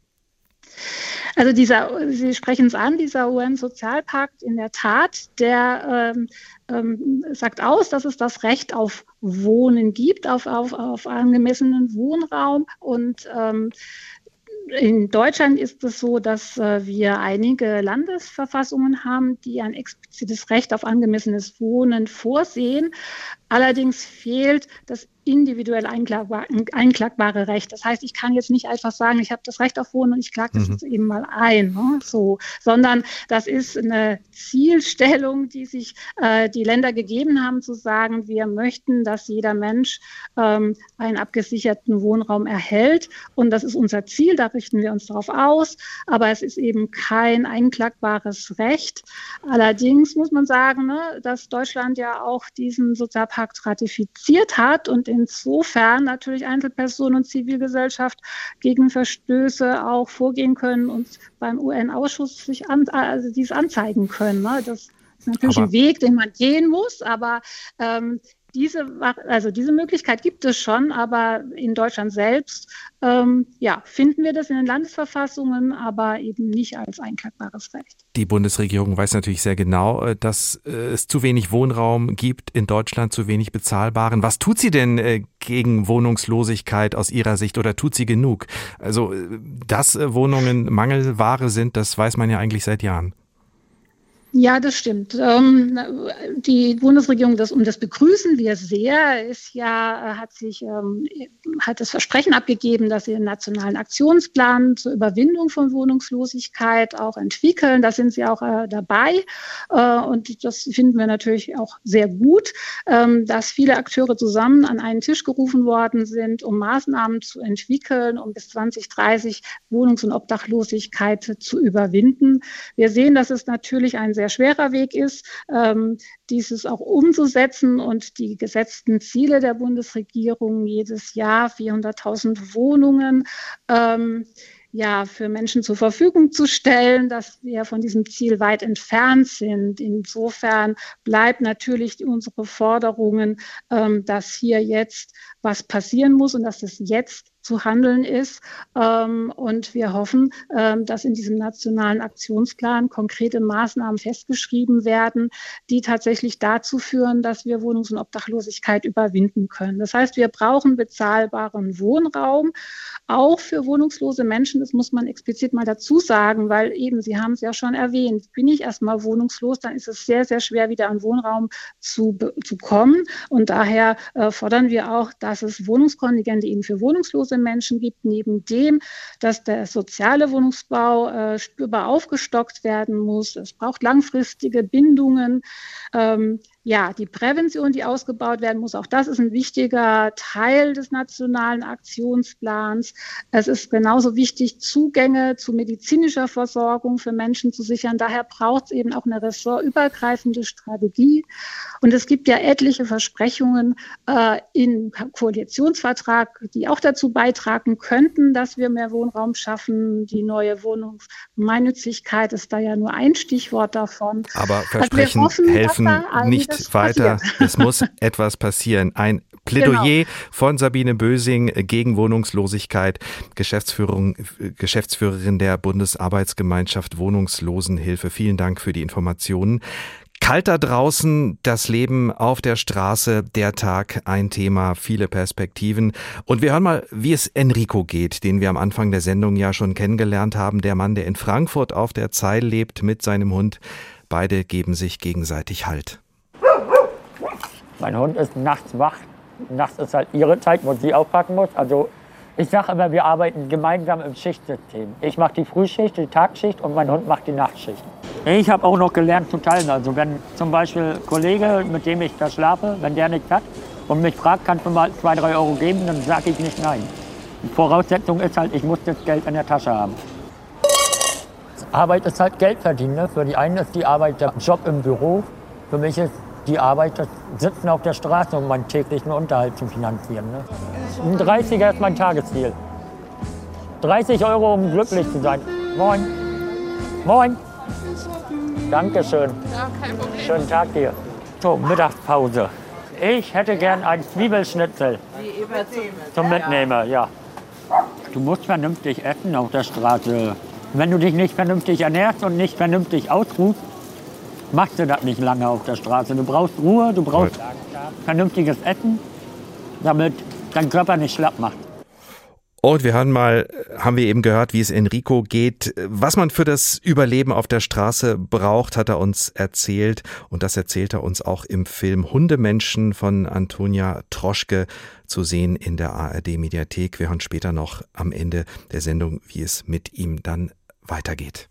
Also dieser, Sie sprechen es an, dieser U N-Sozialpakt in der Tat, der ähm, ähm, sagt aus, dass es das Recht auf Wohnen gibt, auf, auf, auf angemessenen Wohnraum. Und ähm, in Deutschland ist es so, dass äh, wir einige Landesverfassungen haben, die ein explizites Recht auf angemessenes Wohnen vorsehen. Allerdings fehlt das individuell einklagbare, einklagbare Recht. Das heißt, ich kann jetzt nicht einfach sagen, ich habe das Recht auf Wohnen und ich klage das mhm. jetzt eben mal ein, ne? So, sondern das ist eine Zielstellung, die sich äh, die Länder gegeben haben, zu sagen, wir möchten, dass jeder Mensch ähm, einen abgesicherten Wohnraum erhält. Und das ist unser Ziel, da richten wir uns darauf aus. Aber es ist eben kein einklagbares Recht. Allerdings muss man sagen, ne, dass Deutschland ja auch diesen Sozialpakt ratifiziert hat und insofern natürlich Einzelpersonen und Zivilgesellschaft gegen Verstöße auch vorgehen können und beim U N-Ausschuss sich an, also dies anzeigen können. Ne? Das ist natürlich aber ein Weg, den man gehen muss, aber ähm, diese, also diese Möglichkeit gibt es schon, aber in Deutschland selbst ähm, ja, finden wir das in den Landesverfassungen, aber eben nicht als einklagbares Recht. Die Bundesregierung weiß natürlich sehr genau, dass es zu wenig Wohnraum gibt in Deutschland, zu wenig bezahlbaren. Was tut sie denn gegen Wohnungslosigkeit aus Ihrer Sicht oder tut sie genug? Also, dass Wohnungen Mangelware sind, das weiß man ja eigentlich seit Jahren. Ja, das stimmt. Ähm, die Bundesregierung, das, und das begrüßen wir sehr, ist ja, hat sich, ähm, hat das Versprechen abgegeben, dass sie einen nationalen Aktionsplan zur Überwindung von Wohnungslosigkeit auch entwickeln. Da sind sie auch äh, dabei. Äh, und das finden wir natürlich auch sehr gut, ähm, dass viele Akteure zusammen an einen Tisch gerufen worden sind, um Maßnahmen zu entwickeln, um bis zwanzig dreißig Wohnungs- und Obdachlosigkeit zu überwinden. Wir sehen, dass es natürlich ein sehr schwerer Weg ist, ähm, dieses auch umzusetzen und die gesetzten Ziele der Bundesregierung, jedes Jahr vierhunderttausend Wohnungen ähm, ja, für Menschen zur Verfügung zu stellen, dass wir von diesem Ziel weit entfernt sind. Insofern bleibt natürlich unsere Forderungen, ähm, dass hier jetzt was passieren muss und dass es jetzt zu handeln ist. Ähm, und wir hoffen, ähm, dass in diesem nationalen Aktionsplan konkrete Maßnahmen festgeschrieben werden, die tatsächlich dazu führen, dass wir Wohnungs- und Obdachlosigkeit überwinden können. Das heißt, wir brauchen bezahlbaren Wohnraum, auch für wohnungslose Menschen. Das muss man explizit mal dazu sagen, weil eben, Sie haben es ja schon erwähnt, bin ich erstmal wohnungslos, dann ist es sehr, sehr schwer, wieder an Wohnraum zu, zu kommen. Und daher äh, fordern wir auch, dass es Wohnungskontingente eben für wohnungslose Menschen gibt, neben dem, dass der soziale Wohnungsbau äh, spürbar aufgestockt werden muss. Es braucht langfristige Bindungen. Ähm, ja, die Prävention, die ausgebaut werden muss, auch das ist ein wichtiger Teil des nationalen Aktionsplans. Es ist genauso wichtig, Zugänge zu medizinischer Versorgung für Menschen zu sichern. Daher braucht es eben auch eine ressortübergreifende Strategie. Und es gibt ja etliche Versprechungen äh, im Koalitionsvertrag, die auch dazu beitragen könnten, dass wir mehr Wohnraum schaffen. Die neue Wohnungsgemeinnützigkeit ist da ja nur ein Stichwort davon. Aber Versprechen also hoffen, helfen nicht weiter. Es muss etwas passieren. Ein Plädoyer genau. von Sabine Bösing gegen Wohnungslosigkeit, Geschäftsführung, Geschäftsführerin der Bundesarbeitsgemeinschaft Wohnungslosenhilfe. Vielen Dank für die Informationen. Kalt da draußen, das Leben auf der Straße, der Tag, ein Thema, viele Perspektiven. Und wir hören mal, wie es Enrico geht, den wir am Anfang der Sendung ja schon kennengelernt haben. Der Mann, der in Frankfurt auf der Zeil lebt mit seinem Hund. Beide geben sich gegenseitig Halt. Mein Hund ist nachts wach. Nachts ist halt ihre Zeit, wo sie aufpacken muss. Also ich sage immer, wir arbeiten gemeinsam im Schichtsystem. Ich mache die Frühschicht, die Tagschicht und mein Hund macht die Nachtschicht. Ich habe auch noch gelernt zu teilen. Also wenn zum Beispiel ein Kollege, mit dem ich da schlafe, wenn der nichts hat und mich fragt, kannst du mal zwei, drei Euro geben, dann sage ich nicht nein. Die Voraussetzung ist halt, ich muss das Geld in der Tasche haben. Arbeit ist halt Geld verdienen. Ne? Für die einen ist die Arbeit der Job im Büro. Für mich ist die Arbeit das Sitzen auf der Straße, um meinen täglichen Unterhalt zu finanzieren. Ne? Ein dreißiger ist mein Tagesziel. dreißig Euro, um glücklich zu sein. Moin. Moin. Dankeschön. Ja, kein Problem. Schönen Tag dir. So, Mittagspause. Ich hätte gern ein Zwiebelschnitzel. Zum Mitnehmen, ja. Du musst vernünftig essen auf der Straße. Wenn du dich nicht vernünftig ernährst und nicht vernünftig ausruhst, machst du das nicht lange auf der Straße. Du brauchst Ruhe, du brauchst vernünftiges Essen, damit dein Körper nicht schlapp macht. Und wir hören mal, haben wir eben gehört, wie es Enrico geht. Was man für das Überleben auf der Straße braucht, hat er uns erzählt. Und das erzählt er uns auch im Film Hundemenschen von Antonia Troschke, zu sehen in der A R D-Mediathek. Wir hören später noch am Ende der Sendung, wie es mit ihm dann weitergeht.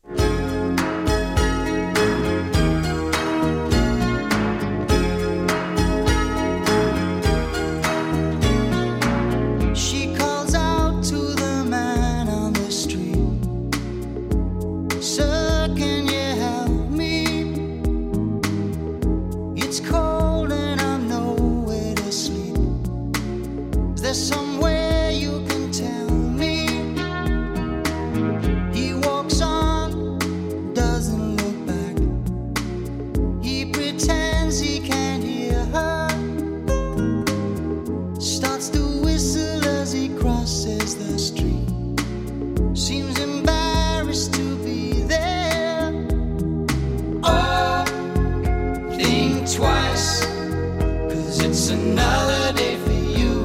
Somewhere you can tell me. He walks on, doesn't look back. He pretends he can't hear her. Starts to whistle as he crosses the street. Seems embarrassed to be there. Oh, think twice, 'cause it's another day for you.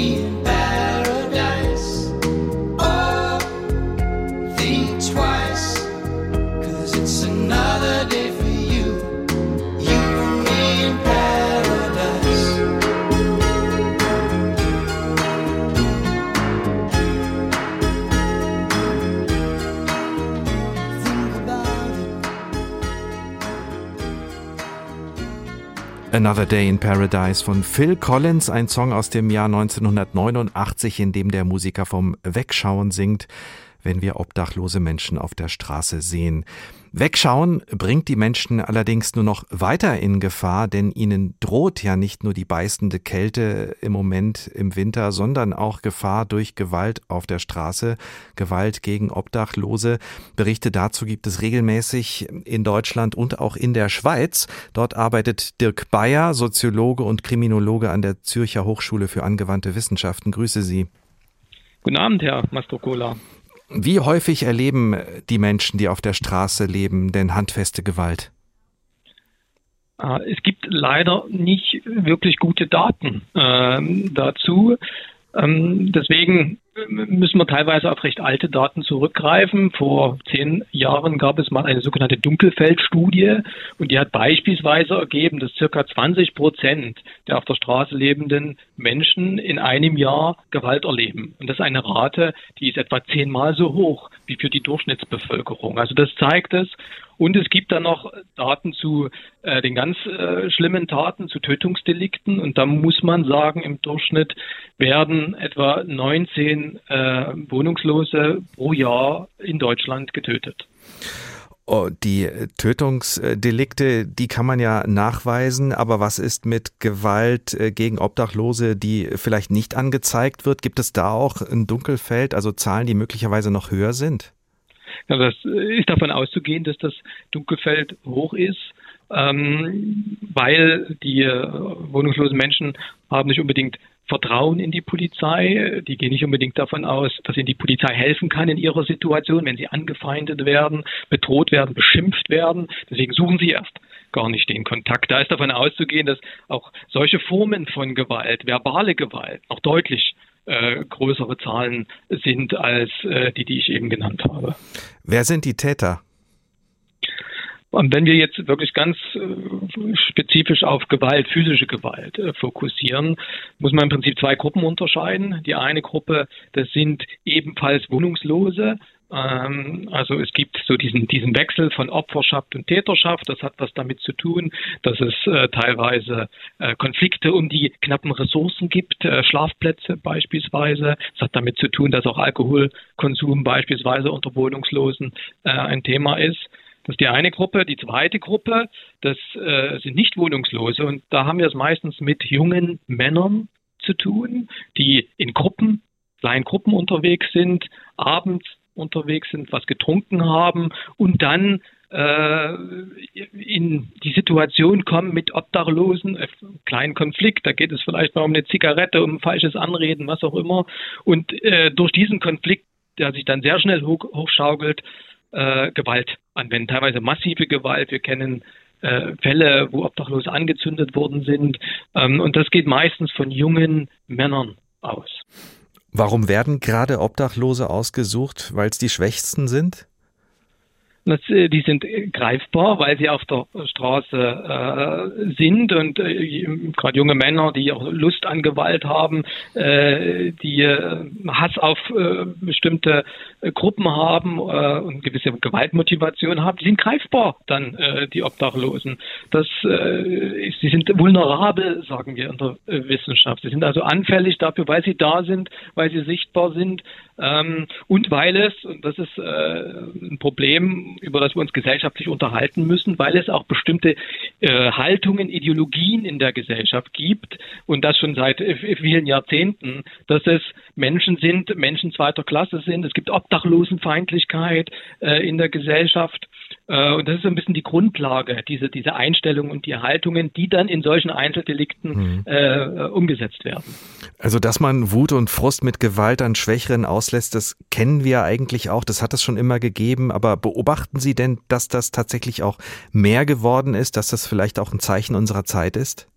Another Day in Paradise von Phil Collins, ein Song aus dem Jahr neunzehnhundertneunundachtzig, in dem der Musiker vom Wegschauen singt, wenn wir obdachlose Menschen auf der Straße sehen. Wegschauen bringt die Menschen allerdings nur noch weiter in Gefahr, denn ihnen droht ja nicht nur die beißende Kälte im Moment im Winter, sondern auch Gefahr durch Gewalt auf der Straße, Gewalt gegen Obdachlose. Berichte dazu gibt es regelmäßig in Deutschland und auch in der Schweiz. Dort arbeitet Dirk Bayer, Soziologe und Kriminologe an der Zürcher Hochschule für angewandte Wissenschaften. Grüße Sie. Guten Abend, Herr Mastrocola. Wie häufig erleben die Menschen, die auf der Straße leben, denn handfeste Gewalt? Es gibt leider nicht wirklich gute Daten äh, dazu. Ähm, deswegen müssen wir teilweise auf recht alte Daten zurückgreifen. Vor zehn Jahren gab es mal eine sogenannte Dunkelfeldstudie und die hat beispielsweise ergeben, dass circa zwanzig Prozent der auf der Straße lebenden Menschen in einem Jahr Gewalt erleben. Und das ist eine Rate, die ist etwa zehnmal so hoch wie für die Durchschnittsbevölkerung. Also das zeigt es. Und es gibt dann noch Daten zu äh, den ganz äh, schlimmen Taten, zu Tötungsdelikten. Und da muss man sagen, im Durchschnitt werden etwa neunzehn äh, Wohnungslose pro Jahr in Deutschland getötet. Oh, die Tötungsdelikte, die kann man ja nachweisen. Aber was ist mit Gewalt gegen Obdachlose, die vielleicht nicht angezeigt wird? Gibt es da auch ein Dunkelfeld, also Zahlen, die möglicherweise noch höher sind? Ja, das ist davon auszugehen, dass das Dunkelfeld hoch ist, ähm, weil die äh, wohnungslosen Menschen haben nicht unbedingt Vertrauen in die Polizei. Die gehen nicht unbedingt davon aus, dass ihnen die Polizei helfen kann in ihrer Situation, wenn sie angefeindet werden, bedroht werden, beschimpft werden. Deswegen suchen sie erst gar nicht den Kontakt. Da ist davon auszugehen, dass auch solche Formen von Gewalt, verbale Gewalt, noch deutlich Äh, größere Zahlen sind als äh, die, die ich eben genannt habe. Wer sind die Täter? Und wenn wir jetzt wirklich ganz äh, spezifisch auf Gewalt, physische Gewalt äh, fokussieren, muss man im Prinzip zwei Gruppen unterscheiden. Die eine Gruppe, das sind ebenfalls Wohnungslose. Ähm, also es gibt so diesen, diesen Wechsel von Opferschaft und Täterschaft. Das hat was damit zu tun, dass es äh, teilweise äh, Konflikte um die knappen Ressourcen gibt, äh, Schlafplätze beispielsweise. Das hat damit zu tun, dass auch Alkoholkonsum beispielsweise unter Wohnungslosen äh, ein Thema ist. Das ist die eine Gruppe. Die zweite Gruppe, das äh, sind nicht Wohnungslose. Und da haben wir es meistens mit jungen Männern zu tun, die in Gruppen, kleinen Gruppen unterwegs sind, abends unterwegs sind, was getrunken haben und dann äh, in die Situation kommen mit Obdachlosen, äh, kleinen Konflikt, da geht es vielleicht mal um eine Zigarette, um ein falsches Anreden, was auch immer. Und äh, durch diesen Konflikt, der sich dann sehr schnell hoch, hochschaukelt, äh, Gewalt anwenden, teilweise massive Gewalt. Wir kennen äh, Fälle, wo Obdachlose angezündet worden sind. Ähm, und das geht meistens von jungen Männern aus. Warum werden gerade Obdachlose ausgesucht? Weil es die Schwächsten sind? Das, die sind greifbar, weil sie auf der Straße äh, sind und äh, gerade junge Männer, die auch Lust an Gewalt haben, äh, die äh, Hass auf äh, bestimmte äh, Gruppen haben äh, und gewisse Gewaltmotivation haben, die sind greifbar dann, äh, die Obdachlosen. Das, äh, sie sind vulnerabel, sagen wir in der äh, Wissenschaft. Sie sind also anfällig dafür, weil sie da sind, weil sie sichtbar sind ähm, und weil es, und das ist äh, ein Problem, über das wir uns gesellschaftlich unterhalten müssen, weil es auch bestimmte äh, Haltungen, Ideologien in der Gesellschaft gibt und das schon seit äh, vielen Jahrzehnten, dass es Menschen sind, Menschen zweiter Klasse sind. Es gibt Obdachlosenfeindlichkeit äh, in der Gesellschaft äh, und das ist so ein bisschen die Grundlage, diese, diese Einstellungen und die Haltungen, die dann in solchen Einzeldelikten mhm. äh, umgesetzt werden. Also, dass man Wut und Frust mit Gewalt an Schwächeren auslässt, das kennen wir eigentlich auch, das hat es schon immer gegeben, aber beobachten Sie denn, dass das tatsächlich auch mehr geworden ist, dass das vielleicht auch ein Zeichen unserer Zeit ist?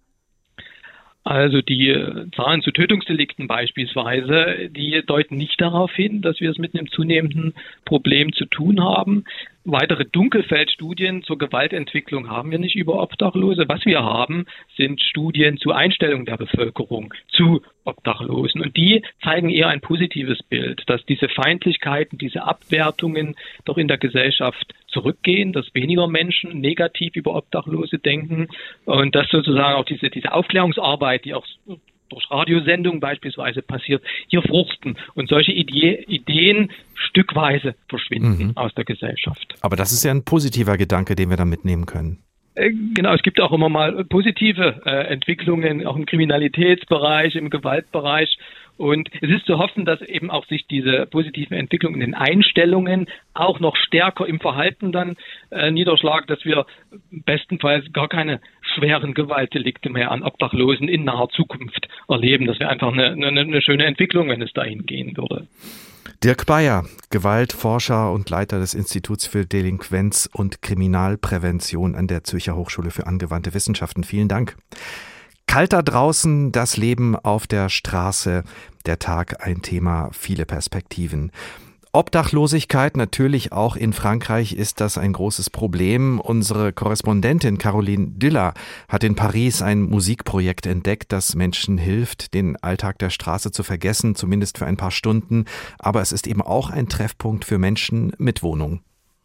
Also die äh, Zahlen zu Tötungsdelikten beispielsweise, die deuten nicht darauf hin, dass wir es mit einem zunehmenden Problem zu tun haben. Weitere Dunkelfeldstudien zur Gewaltentwicklung haben wir nicht über Obdachlose. Was wir haben, sind Studien zur Einstellung der Bevölkerung zu Obdachlosen. Und die zeigen eher ein positives Bild, dass diese Feindlichkeiten, diese Abwertungen doch in der Gesellschaft zurückgehen, dass weniger Menschen negativ über Obdachlose denken und dass sozusagen auch diese, diese Aufklärungsarbeit, die auch durch Radiosendungen beispielsweise passiert, hier fruchten und solche Idee, Ideen stückweise verschwinden mhm. aus der Gesellschaft. Aber das ist ja ein positiver Gedanke, den wir da mitnehmen können. Genau, es gibt auch immer mal positive äh, Entwicklungen, auch im Kriminalitätsbereich, im Gewaltbereich. Und es ist zu hoffen, dass eben auch sich diese positiven Entwicklungen in den Einstellungen auch noch stärker im Verhalten dann äh, niederschlagen, dass wir bestenfalls gar keine schweren Gewaltdelikte mehr an Obdachlosen in naher Zukunft erleben. Das wäre einfach eine, eine, eine schöne Entwicklung, wenn es dahin gehen würde. Dirk Bayer, Gewaltforscher und Leiter des Instituts für Delinquenz- und Kriminalprävention an der Zürcher Hochschule für angewandte Wissenschaften. Vielen Dank. Kalt da draußen, das Leben auf der Straße, der Tag ein Thema, viele Perspektiven. Obdachlosigkeit, natürlich auch in Frankreich ist das ein großes Problem. Unsere Korrespondentin Caroline Düller hat in Paris ein Musikprojekt entdeckt, das Menschen hilft, den Alltag der Straße zu vergessen, zumindest für ein paar Stunden. Aber es ist eben auch ein Treffpunkt für Menschen mit Wohnung.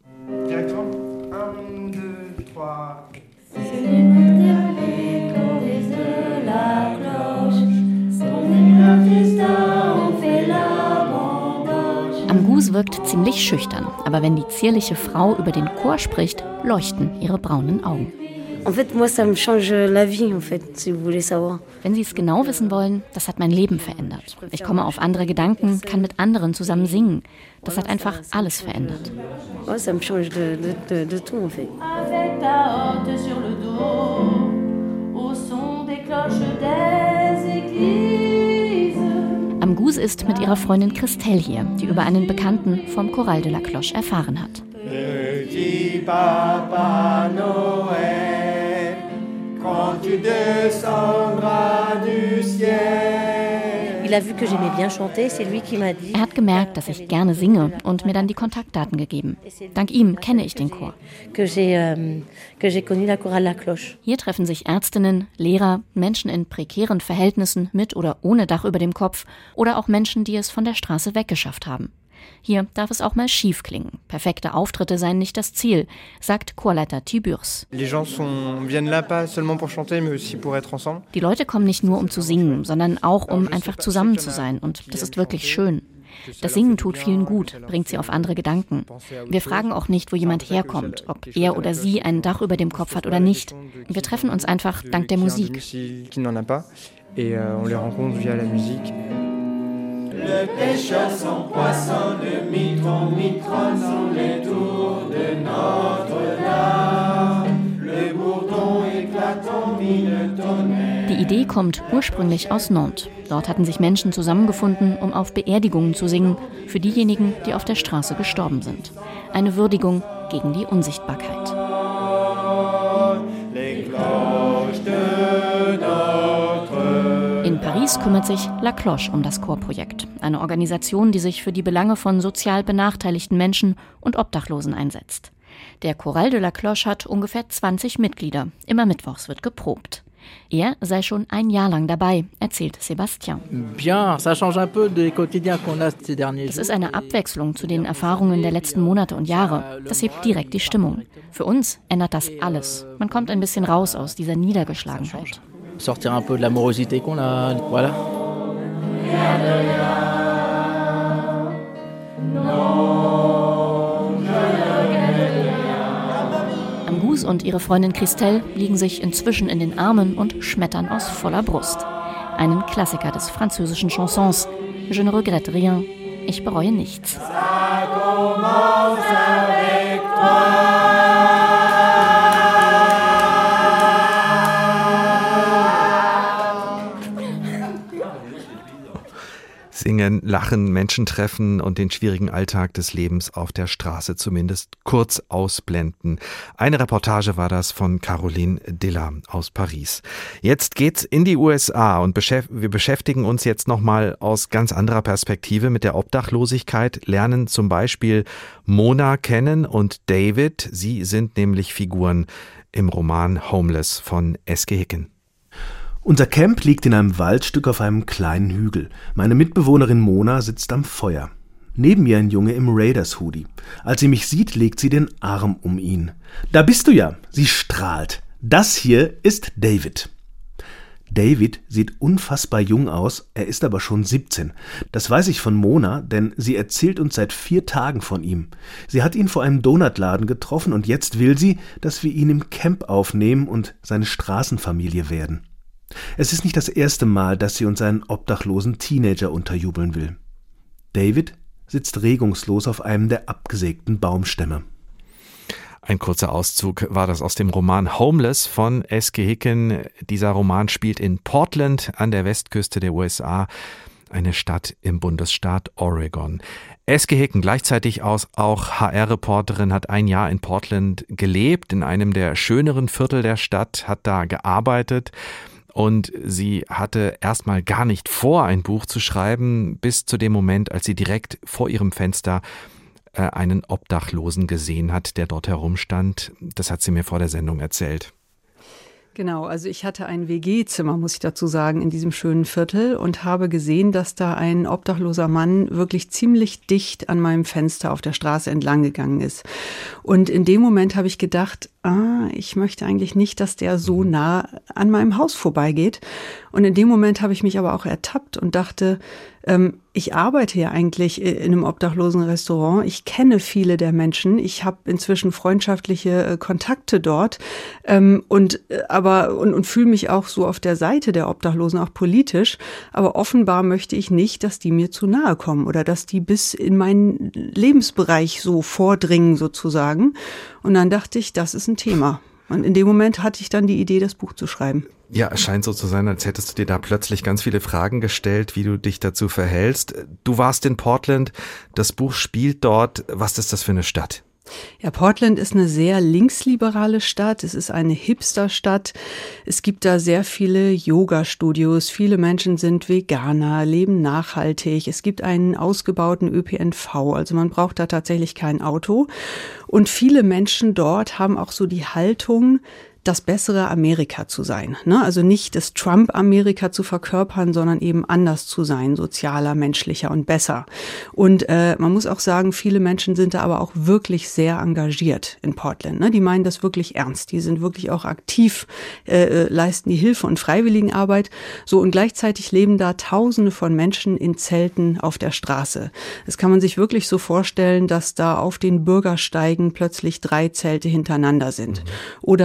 Amgouz wirkt ziemlich schüchtern, aber wenn die zierliche Frau über den Chor spricht, leuchten ihre braunen Augen. Wenn Sie es genau wissen wollen, das hat mein Leben verändert. Ich komme auf andere Gedanken, kann mit anderen zusammen singen. Das hat einfach alles verändert. Amgouz ist mit ihrer Freundin Christelle hier, die über einen Bekannten vom Choral de la Cloche erfahren hat. Petit Papa Noël, quand tu descendras du ciel. Er hat gemerkt, dass ich gerne singe und mir dann die Kontaktdaten gegeben. Dank ihm kenne ich den Chor. Hier treffen sich Ärztinnen, Lehrer, Menschen in prekären Verhältnissen mit oder ohne Dach über dem Kopf oder auch Menschen, die es von der Straße weggeschafft haben. Hier darf es auch mal schief klingen. Perfekte Auftritte seien nicht das Ziel, sagt Chorleiter Tiburs. Die Leute kommen nicht nur, um zu singen, sondern auch, um einfach zusammen zu sein. Und das ist wirklich schön. Das Singen tut vielen gut, bringt sie auf andere Gedanken. Wir fragen auch nicht, wo jemand herkommt, ob er oder sie ein Dach über dem Kopf hat oder nicht. Wir treffen uns einfach dank der Musik. Le pêcheur son poisson, le mitron, mitron sont les tours de Notre-Dame. Le bourdon éclatant wie le tonnerre. Die Idee kommt ursprünglich aus Nantes. Dort hatten sich Menschen zusammengefunden, um auf Beerdigungen zu singen, für diejenigen, die auf der Straße gestorben sind. Eine Würdigung gegen die Unsichtbarkeit. In Paris kümmert sich La Cloche um das Chorprojekt, eine Organisation, die sich für die Belange von sozial benachteiligten Menschen und Obdachlosen einsetzt. Der Choral de la Cloche hat ungefähr zwanzig Mitglieder. Immer mittwochs wird geprobt. Er sei schon ein Jahr lang dabei, erzählt Sébastien. Das ist eine Abwechslung zu den Erfahrungen der letzten Monate und Jahre. Das hebt direkt die Stimmung. Für uns ändert das alles. Man kommt ein bisschen raus aus dieser Niedergeschlagenheit. Sortir un peu de l'amorosité qu'on a, voilà. Angus und ihre Freundin Christelle liegen sich inzwischen in den Armen und schmettern aus voller Brust. Einen Klassiker des französischen Chansons. Je ne regrette rien. Ich bereue nichts. Singen, lachen, Menschen treffen und den schwierigen Alltag des Lebens auf der Straße zumindest kurz ausblenden. Eine Reportage war das von Caroline Dilla aus Paris. Jetzt geht's in die U S A und beschäft- wir beschäftigen uns jetzt nochmal aus ganz anderer Perspektive mit der Obdachlosigkeit, lernen zum Beispiel Mona kennen und David. Sie sind nämlich Figuren im Roman Homeless von Eske Hicken. Unser Camp liegt in einem Waldstück auf einem kleinen Hügel. Meine Mitbewohnerin Mona sitzt am Feuer. Neben mir ein Junge im Raiders-Hoodie. Als sie mich sieht, legt sie den Arm um ihn. »Da bist du ja!« Sie strahlt. »Das hier ist David.« David sieht unfassbar jung aus, er ist aber schon siebzehn. Das weiß ich von Mona, denn sie erzählt uns seit vier Tagen von ihm. Sie hat ihn vor einem Donutladen getroffen und jetzt will sie, dass wir ihn im Camp aufnehmen und seine Straßenfamilie werden. Es ist nicht das erste Mal, dass sie uns einen obdachlosen Teenager unterjubeln will. David sitzt regungslos auf einem der abgesägten Baumstämme. Ein kurzer Auszug war das aus dem Roman Homeless von Eske Hicken. Dieser Roman spielt in Portland an der Westküste der U S A, eine Stadt im Bundesstaat Oregon. Eske Hicken, gleichzeitig aus, auch H R-Reporterin, hat ein Jahr in Portland gelebt, in einem der schöneren Viertel der Stadt, hat da gearbeitet. Und sie hatte erstmal gar nicht vor, ein Buch zu schreiben, bis zu dem Moment, als sie direkt vor ihrem Fenster äh, einen Obdachlosen gesehen hat, der dort herumstand. Das hat sie mir vor der Sendung erzählt. Genau, also ich hatte ein W G-Zimmer, muss ich dazu sagen, in diesem schönen Viertel und habe gesehen, dass da ein obdachloser Mann wirklich ziemlich dicht an meinem Fenster auf der Straße entlang gegangen ist. Und in dem Moment habe ich gedacht, ah, ich möchte eigentlich nicht, dass der so nah an meinem Haus vorbeigeht. Und in dem Moment habe ich mich aber auch ertappt und dachte, ähm, ich arbeite ja eigentlich in einem obdachlosen Restaurant. Ich kenne viele der Menschen. Ich habe inzwischen freundschaftliche äh, Kontakte dort ähm, und äh, aber und, und fühle mich auch so auf der Seite der Obdachlosen, auch politisch. Aber offenbar möchte ich nicht, dass die mir zu nahe kommen oder dass die bis in meinen Lebensbereich so vordringen sozusagen. Und dann dachte ich, das ist ein Thema. Und in dem Moment hatte ich dann die Idee, das Buch zu schreiben. Ja, es scheint so zu sein, als hättest du dir da plötzlich ganz viele Fragen gestellt, wie du dich dazu verhältst. Du warst in Portland, das Buch spielt dort. Was ist das für eine Stadt? Ja, Portland ist eine sehr linksliberale Stadt. Es ist eine Hipsterstadt. Es gibt da sehr viele Yoga-Studios. Viele Menschen sind Veganer, leben nachhaltig. Es gibt einen ausgebauten Ö P N V. Also man braucht da tatsächlich kein Auto. Und viele Menschen dort haben auch so die Haltung, das bessere Amerika zu sein, ne? Also nicht das Trump-Amerika zu verkörpern, sondern eben anders zu sein, sozialer, menschlicher und besser. Und äh, man muss auch sagen, viele Menschen sind da aber auch wirklich sehr engagiert in Portland, ne? Die meinen das wirklich ernst. Die sind wirklich auch aktiv, äh, leisten die Hilfe- und Freiwilligenarbeit. So, und gleichzeitig leben da Tausende von Menschen in Zelten auf der Straße. Das kann man sich wirklich so vorstellen, dass da auf den Bürgersteigen plötzlich drei Zelte hintereinander sind. Mhm. Oder wenn man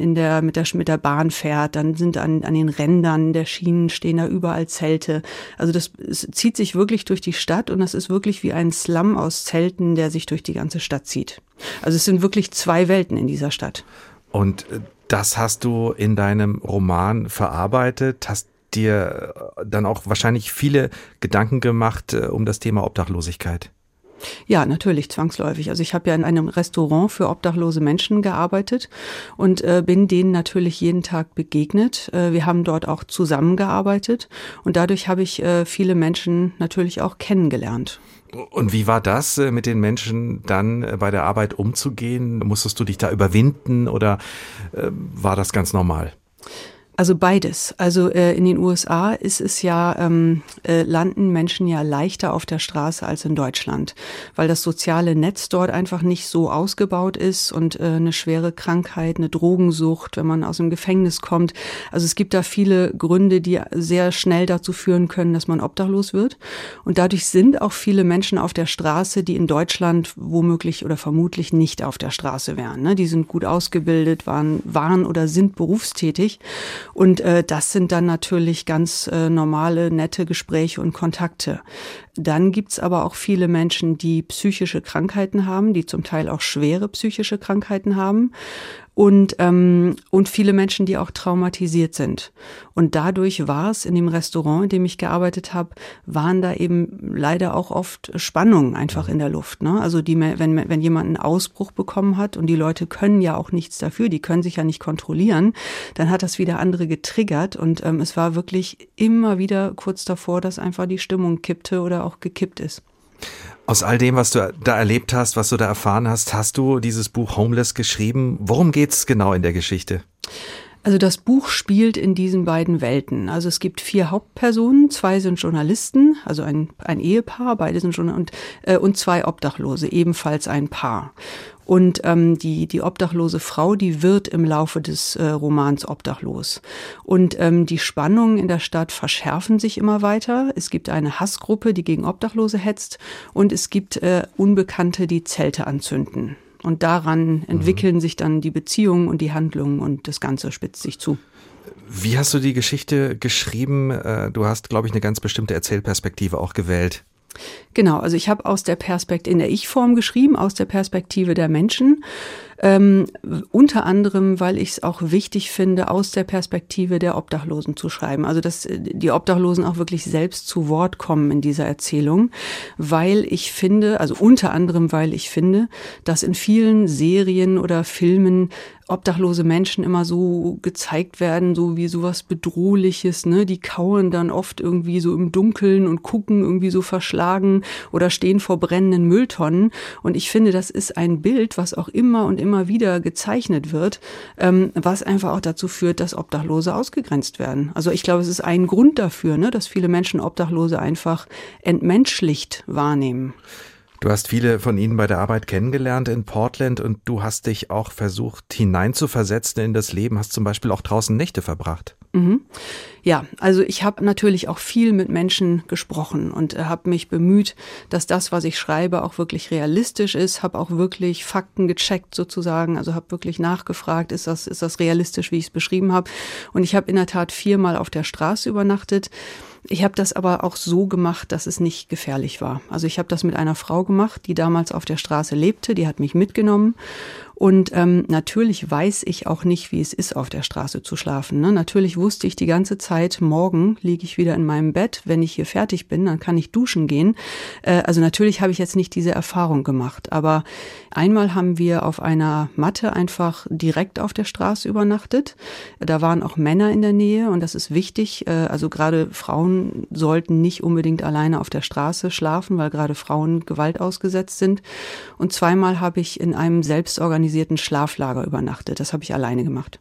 in der, mit der, mit der Bahn fährt, dann sind an, an den Rändern der Schienen stehen da überall Zelte. Also das es zieht sich wirklich durch die Stadt und das ist wirklich wie ein Slum aus Zelten, der sich durch die ganze Stadt zieht. Also es sind wirklich zwei Welten in dieser Stadt. Und das hast du in deinem Roman verarbeitet, hast dir dann auch wahrscheinlich viele Gedanken gemacht um das Thema Obdachlosigkeit. Ja, natürlich, zwangsläufig. Also ich habe ja in einem Restaurant für obdachlose Menschen gearbeitet und äh, bin denen natürlich jeden Tag begegnet. Äh, wir haben dort auch zusammengearbeitet und dadurch habe ich äh, viele Menschen natürlich auch kennengelernt. Und wie war das, mit den Menschen dann bei der Arbeit umzugehen? Musstest du dich da überwinden oder äh, war das ganz normal? Also beides. Also äh, in den U S A ist es ja, ähm, äh, landen Menschen ja leichter auf der Straße als in Deutschland, weil das soziale Netz dort einfach nicht so ausgebaut ist und äh, eine schwere Krankheit, eine Drogensucht, wenn man aus dem Gefängnis kommt. Also es gibt da viele Gründe, die sehr schnell dazu führen können, dass man obdachlos wird. Und dadurch sind auch viele Menschen auf der Straße, die in Deutschland womöglich oder vermutlich nicht auf der Straße wären. Ne? Die sind gut ausgebildet, waren, waren oder sind berufstätig. Und äh, das sind dann natürlich ganz äh, normale, nette Gespräche und Kontakte. Dann gibt's aber auch viele Menschen, die psychische Krankheiten haben, die zum Teil auch schwere psychische Krankheiten haben. Und, ähm, und viele Menschen, die auch traumatisiert sind. Und dadurch war es in dem Restaurant, in dem ich gearbeitet habe, waren da eben leider auch oft Spannungen einfach in der Luft. Ne? Also die, wenn, wenn jemand einen Ausbruch bekommen hat und die Leute können ja auch nichts dafür, die können sich ja nicht kontrollieren, dann hat das wieder andere getriggert. Und ähm, es war wirklich immer wieder kurz davor, dass einfach die Stimmung kippte oder auch gekippt ist. Aus all dem, was du da erlebt hast, was du da erfahren hast, hast du dieses Buch Homeless geschrieben. Worum geht's genau in der Geschichte? Also das Buch spielt in diesen beiden Welten. Also es gibt vier Hauptpersonen, zwei sind Journalisten, also ein, ein Ehepaar, beide sind Journalisten, und, äh, und zwei Obdachlose, ebenfalls ein Paar. Und ähm, die die obdachlose Frau, die wird im Laufe des äh, Romans obdachlos. Und ähm, die Spannungen in der Stadt verschärfen sich immer weiter. Es gibt eine Hassgruppe, die gegen Obdachlose hetzt, und es gibt äh, Unbekannte, die Zelte anzünden. Und daran entwickeln mhm. sich dann die Beziehungen und die Handlungen und das Ganze spitzt sich zu. Wie hast du die Geschichte geschrieben? Du hast, glaube ich, eine ganz bestimmte Erzählperspektive auch gewählt. Genau, also ich habe aus der Perspektive, in der Ich-Form geschrieben, aus der Perspektive der Menschen. Ähm, unter anderem, weil ich es auch wichtig finde, aus der Perspektive der Obdachlosen zu schreiben. Also, dass die Obdachlosen auch wirklich selbst zu Wort kommen in dieser Erzählung, weil ich finde, also unter anderem, weil ich finde, dass in vielen Serien oder Filmen obdachlose Menschen immer so gezeigt werden, so wie sowas Bedrohliches, ne? Die kauern dann oft irgendwie so im Dunkeln und gucken irgendwie so verschlagen oder stehen vor brennenden Mülltonnen. Und ich finde, das ist ein Bild, was auch immer und immer wieder gezeichnet wird, ähm, was einfach auch dazu führt, dass Obdachlose ausgegrenzt werden. Also ich glaube, es ist ein Grund dafür, ne, dass viele Menschen Obdachlose einfach entmenschlicht wahrnehmen. Du hast viele von ihnen bei der Arbeit kennengelernt in Portland und du hast dich auch versucht hineinzuversetzen in das Leben, hast zum Beispiel auch draußen Nächte verbracht. Mhm. Ja, also ich habe natürlich auch viel mit Menschen gesprochen und habe mich bemüht, dass das, was ich schreibe, auch wirklich realistisch ist, habe auch wirklich Fakten gecheckt sozusagen, also habe wirklich nachgefragt, ist das, ist das realistisch, wie ich es beschrieben habe. Und ich habe in der Tat viermal auf der Straße übernachtet. Ich habe das aber auch so gemacht, dass es nicht gefährlich war. Also ich habe das mit einer Frau gemacht, die damals auf der Straße lebte, die hat mich mitgenommen. Und ähm, natürlich weiß ich auch nicht, wie es ist, auf der Straße zu schlafen. Ne? Natürlich wusste ich die ganze Zeit, morgen liege ich wieder in meinem Bett. Wenn ich hier fertig bin, dann kann ich duschen gehen. Äh, also natürlich habe ich jetzt nicht diese Erfahrung gemacht. Aber einmal haben wir auf einer Matte einfach direkt auf der Straße übernachtet. Da waren auch Männer in der Nähe und das ist wichtig. Äh, also gerade Frauen sollten nicht unbedingt alleine auf der Straße schlafen, weil gerade Frauen Gewalt ausgesetzt sind. Und zweimal habe ich in einem selbstorganisierten Schlaflager übernachtet. Das habe ich alleine gemacht.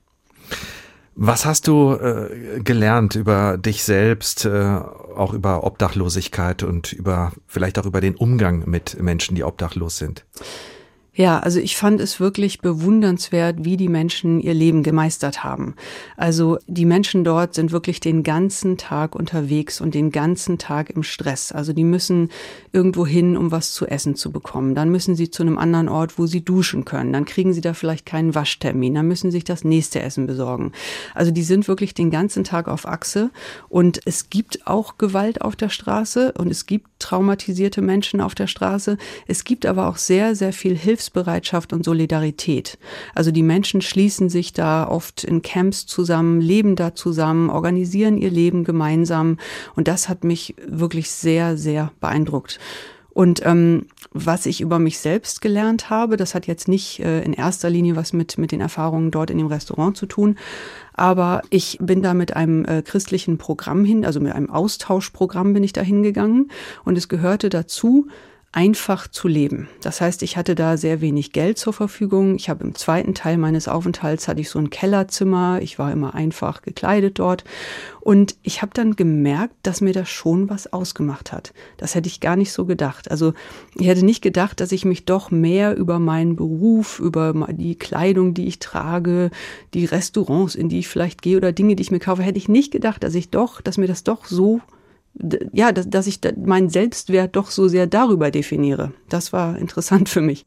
Was hast du äh, gelernt über dich selbst, äh, auch über Obdachlosigkeit und über vielleicht auch über den Umgang mit Menschen, die obdachlos sind? Ja, also ich fand es wirklich bewundernswert, wie die Menschen ihr Leben gemeistert haben. Also die Menschen dort sind wirklich den ganzen Tag unterwegs und den ganzen Tag im Stress. Also die müssen irgendwo hin, um was zu essen zu bekommen. Dann müssen sie zu einem anderen Ort, wo sie duschen können. Dann kriegen sie da vielleicht keinen Waschtermin. Dann müssen sie sich das nächste Essen besorgen. Also die sind wirklich den ganzen Tag auf Achse. Und es gibt auch Gewalt auf der Straße und es gibt traumatisierte Menschen auf der Straße. Es gibt aber auch sehr, sehr viel Hilfsbereitschaft und Solidarität. Also die Menschen schließen sich da oft in Camps zusammen, leben da zusammen, organisieren ihr Leben gemeinsam. Und das hat mich wirklich sehr, sehr beeindruckt. Und ähm, was ich über mich selbst gelernt habe, das hat jetzt nicht äh, in erster Linie was mit, mit den Erfahrungen dort in dem Restaurant zu tun, aber ich bin da mit einem äh, christlichen Programm hin, also mit einem Austauschprogramm bin ich da hingegangen und es gehörte dazu, einfach zu leben. Das heißt, ich hatte da sehr wenig Geld zur Verfügung. Ich habe im zweiten Teil meines Aufenthalts hatte ich so ein Kellerzimmer. Ich war immer einfach gekleidet dort. Und ich habe dann gemerkt, dass mir das schon was ausgemacht hat. Das hätte ich gar nicht so gedacht. Also ich hätte nicht gedacht, dass ich mich doch mehr über meinen Beruf, über die Kleidung, die ich trage, die Restaurants, in die ich vielleicht gehe oder Dinge, die ich mir kaufe, hätte ich nicht gedacht, dass ich doch, dass mir das doch so ja, dass, dass ich meinen Selbstwert doch so sehr darüber definiere. Das war interessant für mich.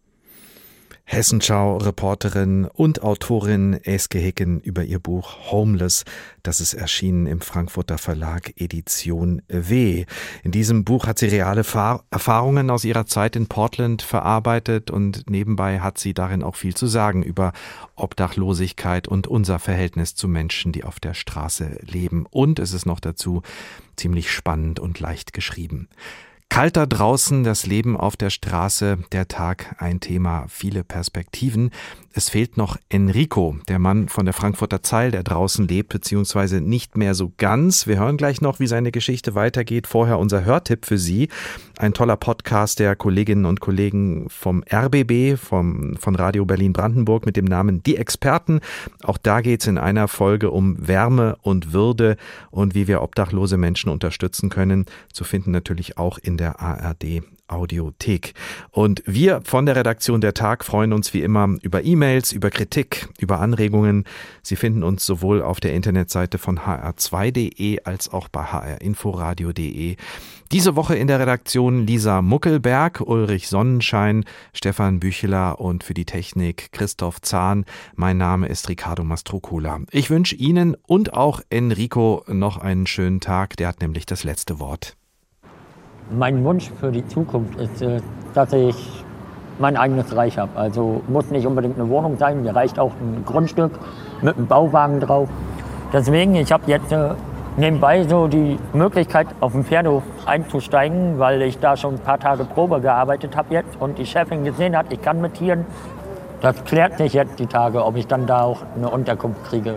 Hessenschau-Reporterin und Autorin Eske Hicken über ihr Buch Homeless. Das ist erschienen im Frankfurter Verlag Edition W. In diesem Buch hat sie reale Erfahrungen aus ihrer Zeit in Portland verarbeitet und nebenbei hat sie darin auch viel zu sagen über Obdachlosigkeit und unser Verhältnis zu Menschen, die auf der Straße leben. Und es ist noch dazu ziemlich spannend und leicht geschrieben. Kalter draußen, das Leben auf der Straße, der Tag, ein Thema, viele Perspektiven. Es fehlt noch Enrico, der Mann von der Frankfurter Zeil, der draußen lebt, beziehungsweise nicht mehr so ganz. Wir hören gleich noch, wie seine Geschichte weitergeht. Vorher unser Hörtipp für Sie. Ein toller Podcast der Kolleginnen und Kollegen vom R B B, vom, von Radio Berlin-Brandenburg mit dem Namen Die Experten. Auch da geht es in einer Folge um Wärme und Würde und wie wir obdachlose Menschen unterstützen können. Zu finden natürlich auch in der A R D Audiothek. Und wir von der Redaktion der Tag freuen uns wie immer über E-Mails, über Kritik, über Anregungen. Sie finden uns sowohl auf der Internetseite von h r zwei punkt de als auch bei h r inforadio punkt de. Diese Woche in der Redaktion Lisa Muckelberg, Ulrich Sonnenschein, Stefan Bücheler und für die Technik Christoph Zahn. Mein Name ist Ricardo Mastrocola. Ich wünsche Ihnen und auch Enrico noch einen schönen Tag. Der hat nämlich das letzte Wort. Mein Wunsch für die Zukunft ist, dass ich mein eigenes Reich habe. Also muss nicht unbedingt eine Wohnung sein, mir reicht auch ein Grundstück mit einem Bauwagen drauf. Deswegen, ich habe jetzt nebenbei so die Möglichkeit, auf dem Pferdehof einzusteigen, weil ich da schon ein paar Tage Probe gearbeitet habe jetzt und die Chefin gesehen hat, ich kann mit Tieren. Das klärt sich jetzt die Tage, ob ich dann da auch eine Unterkunft kriege.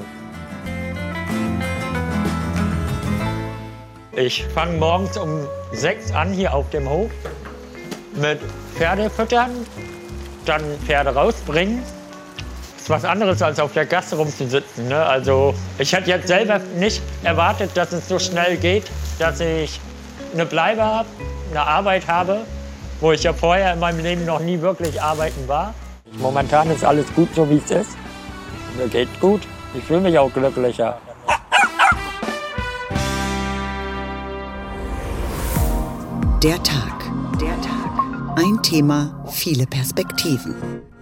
Ich fange morgens um sechs an hier auf dem Hof mit Pferde füttern, dann Pferde rausbringen. Das ist was anderes als auf der Gasse rumzusitzen. Ne? Also ich hätte jetzt selber nicht erwartet, dass es so schnell geht, dass ich eine Bleibe habe, eine Arbeit habe, wo ich ja vorher in meinem Leben noch nie wirklich arbeiten war. Momentan ist alles gut, so wie es ist. Mir geht's gut. Ich fühle mich auch glücklicher. Der Tag. Der Tag. Ein Thema, viele Perspektiven.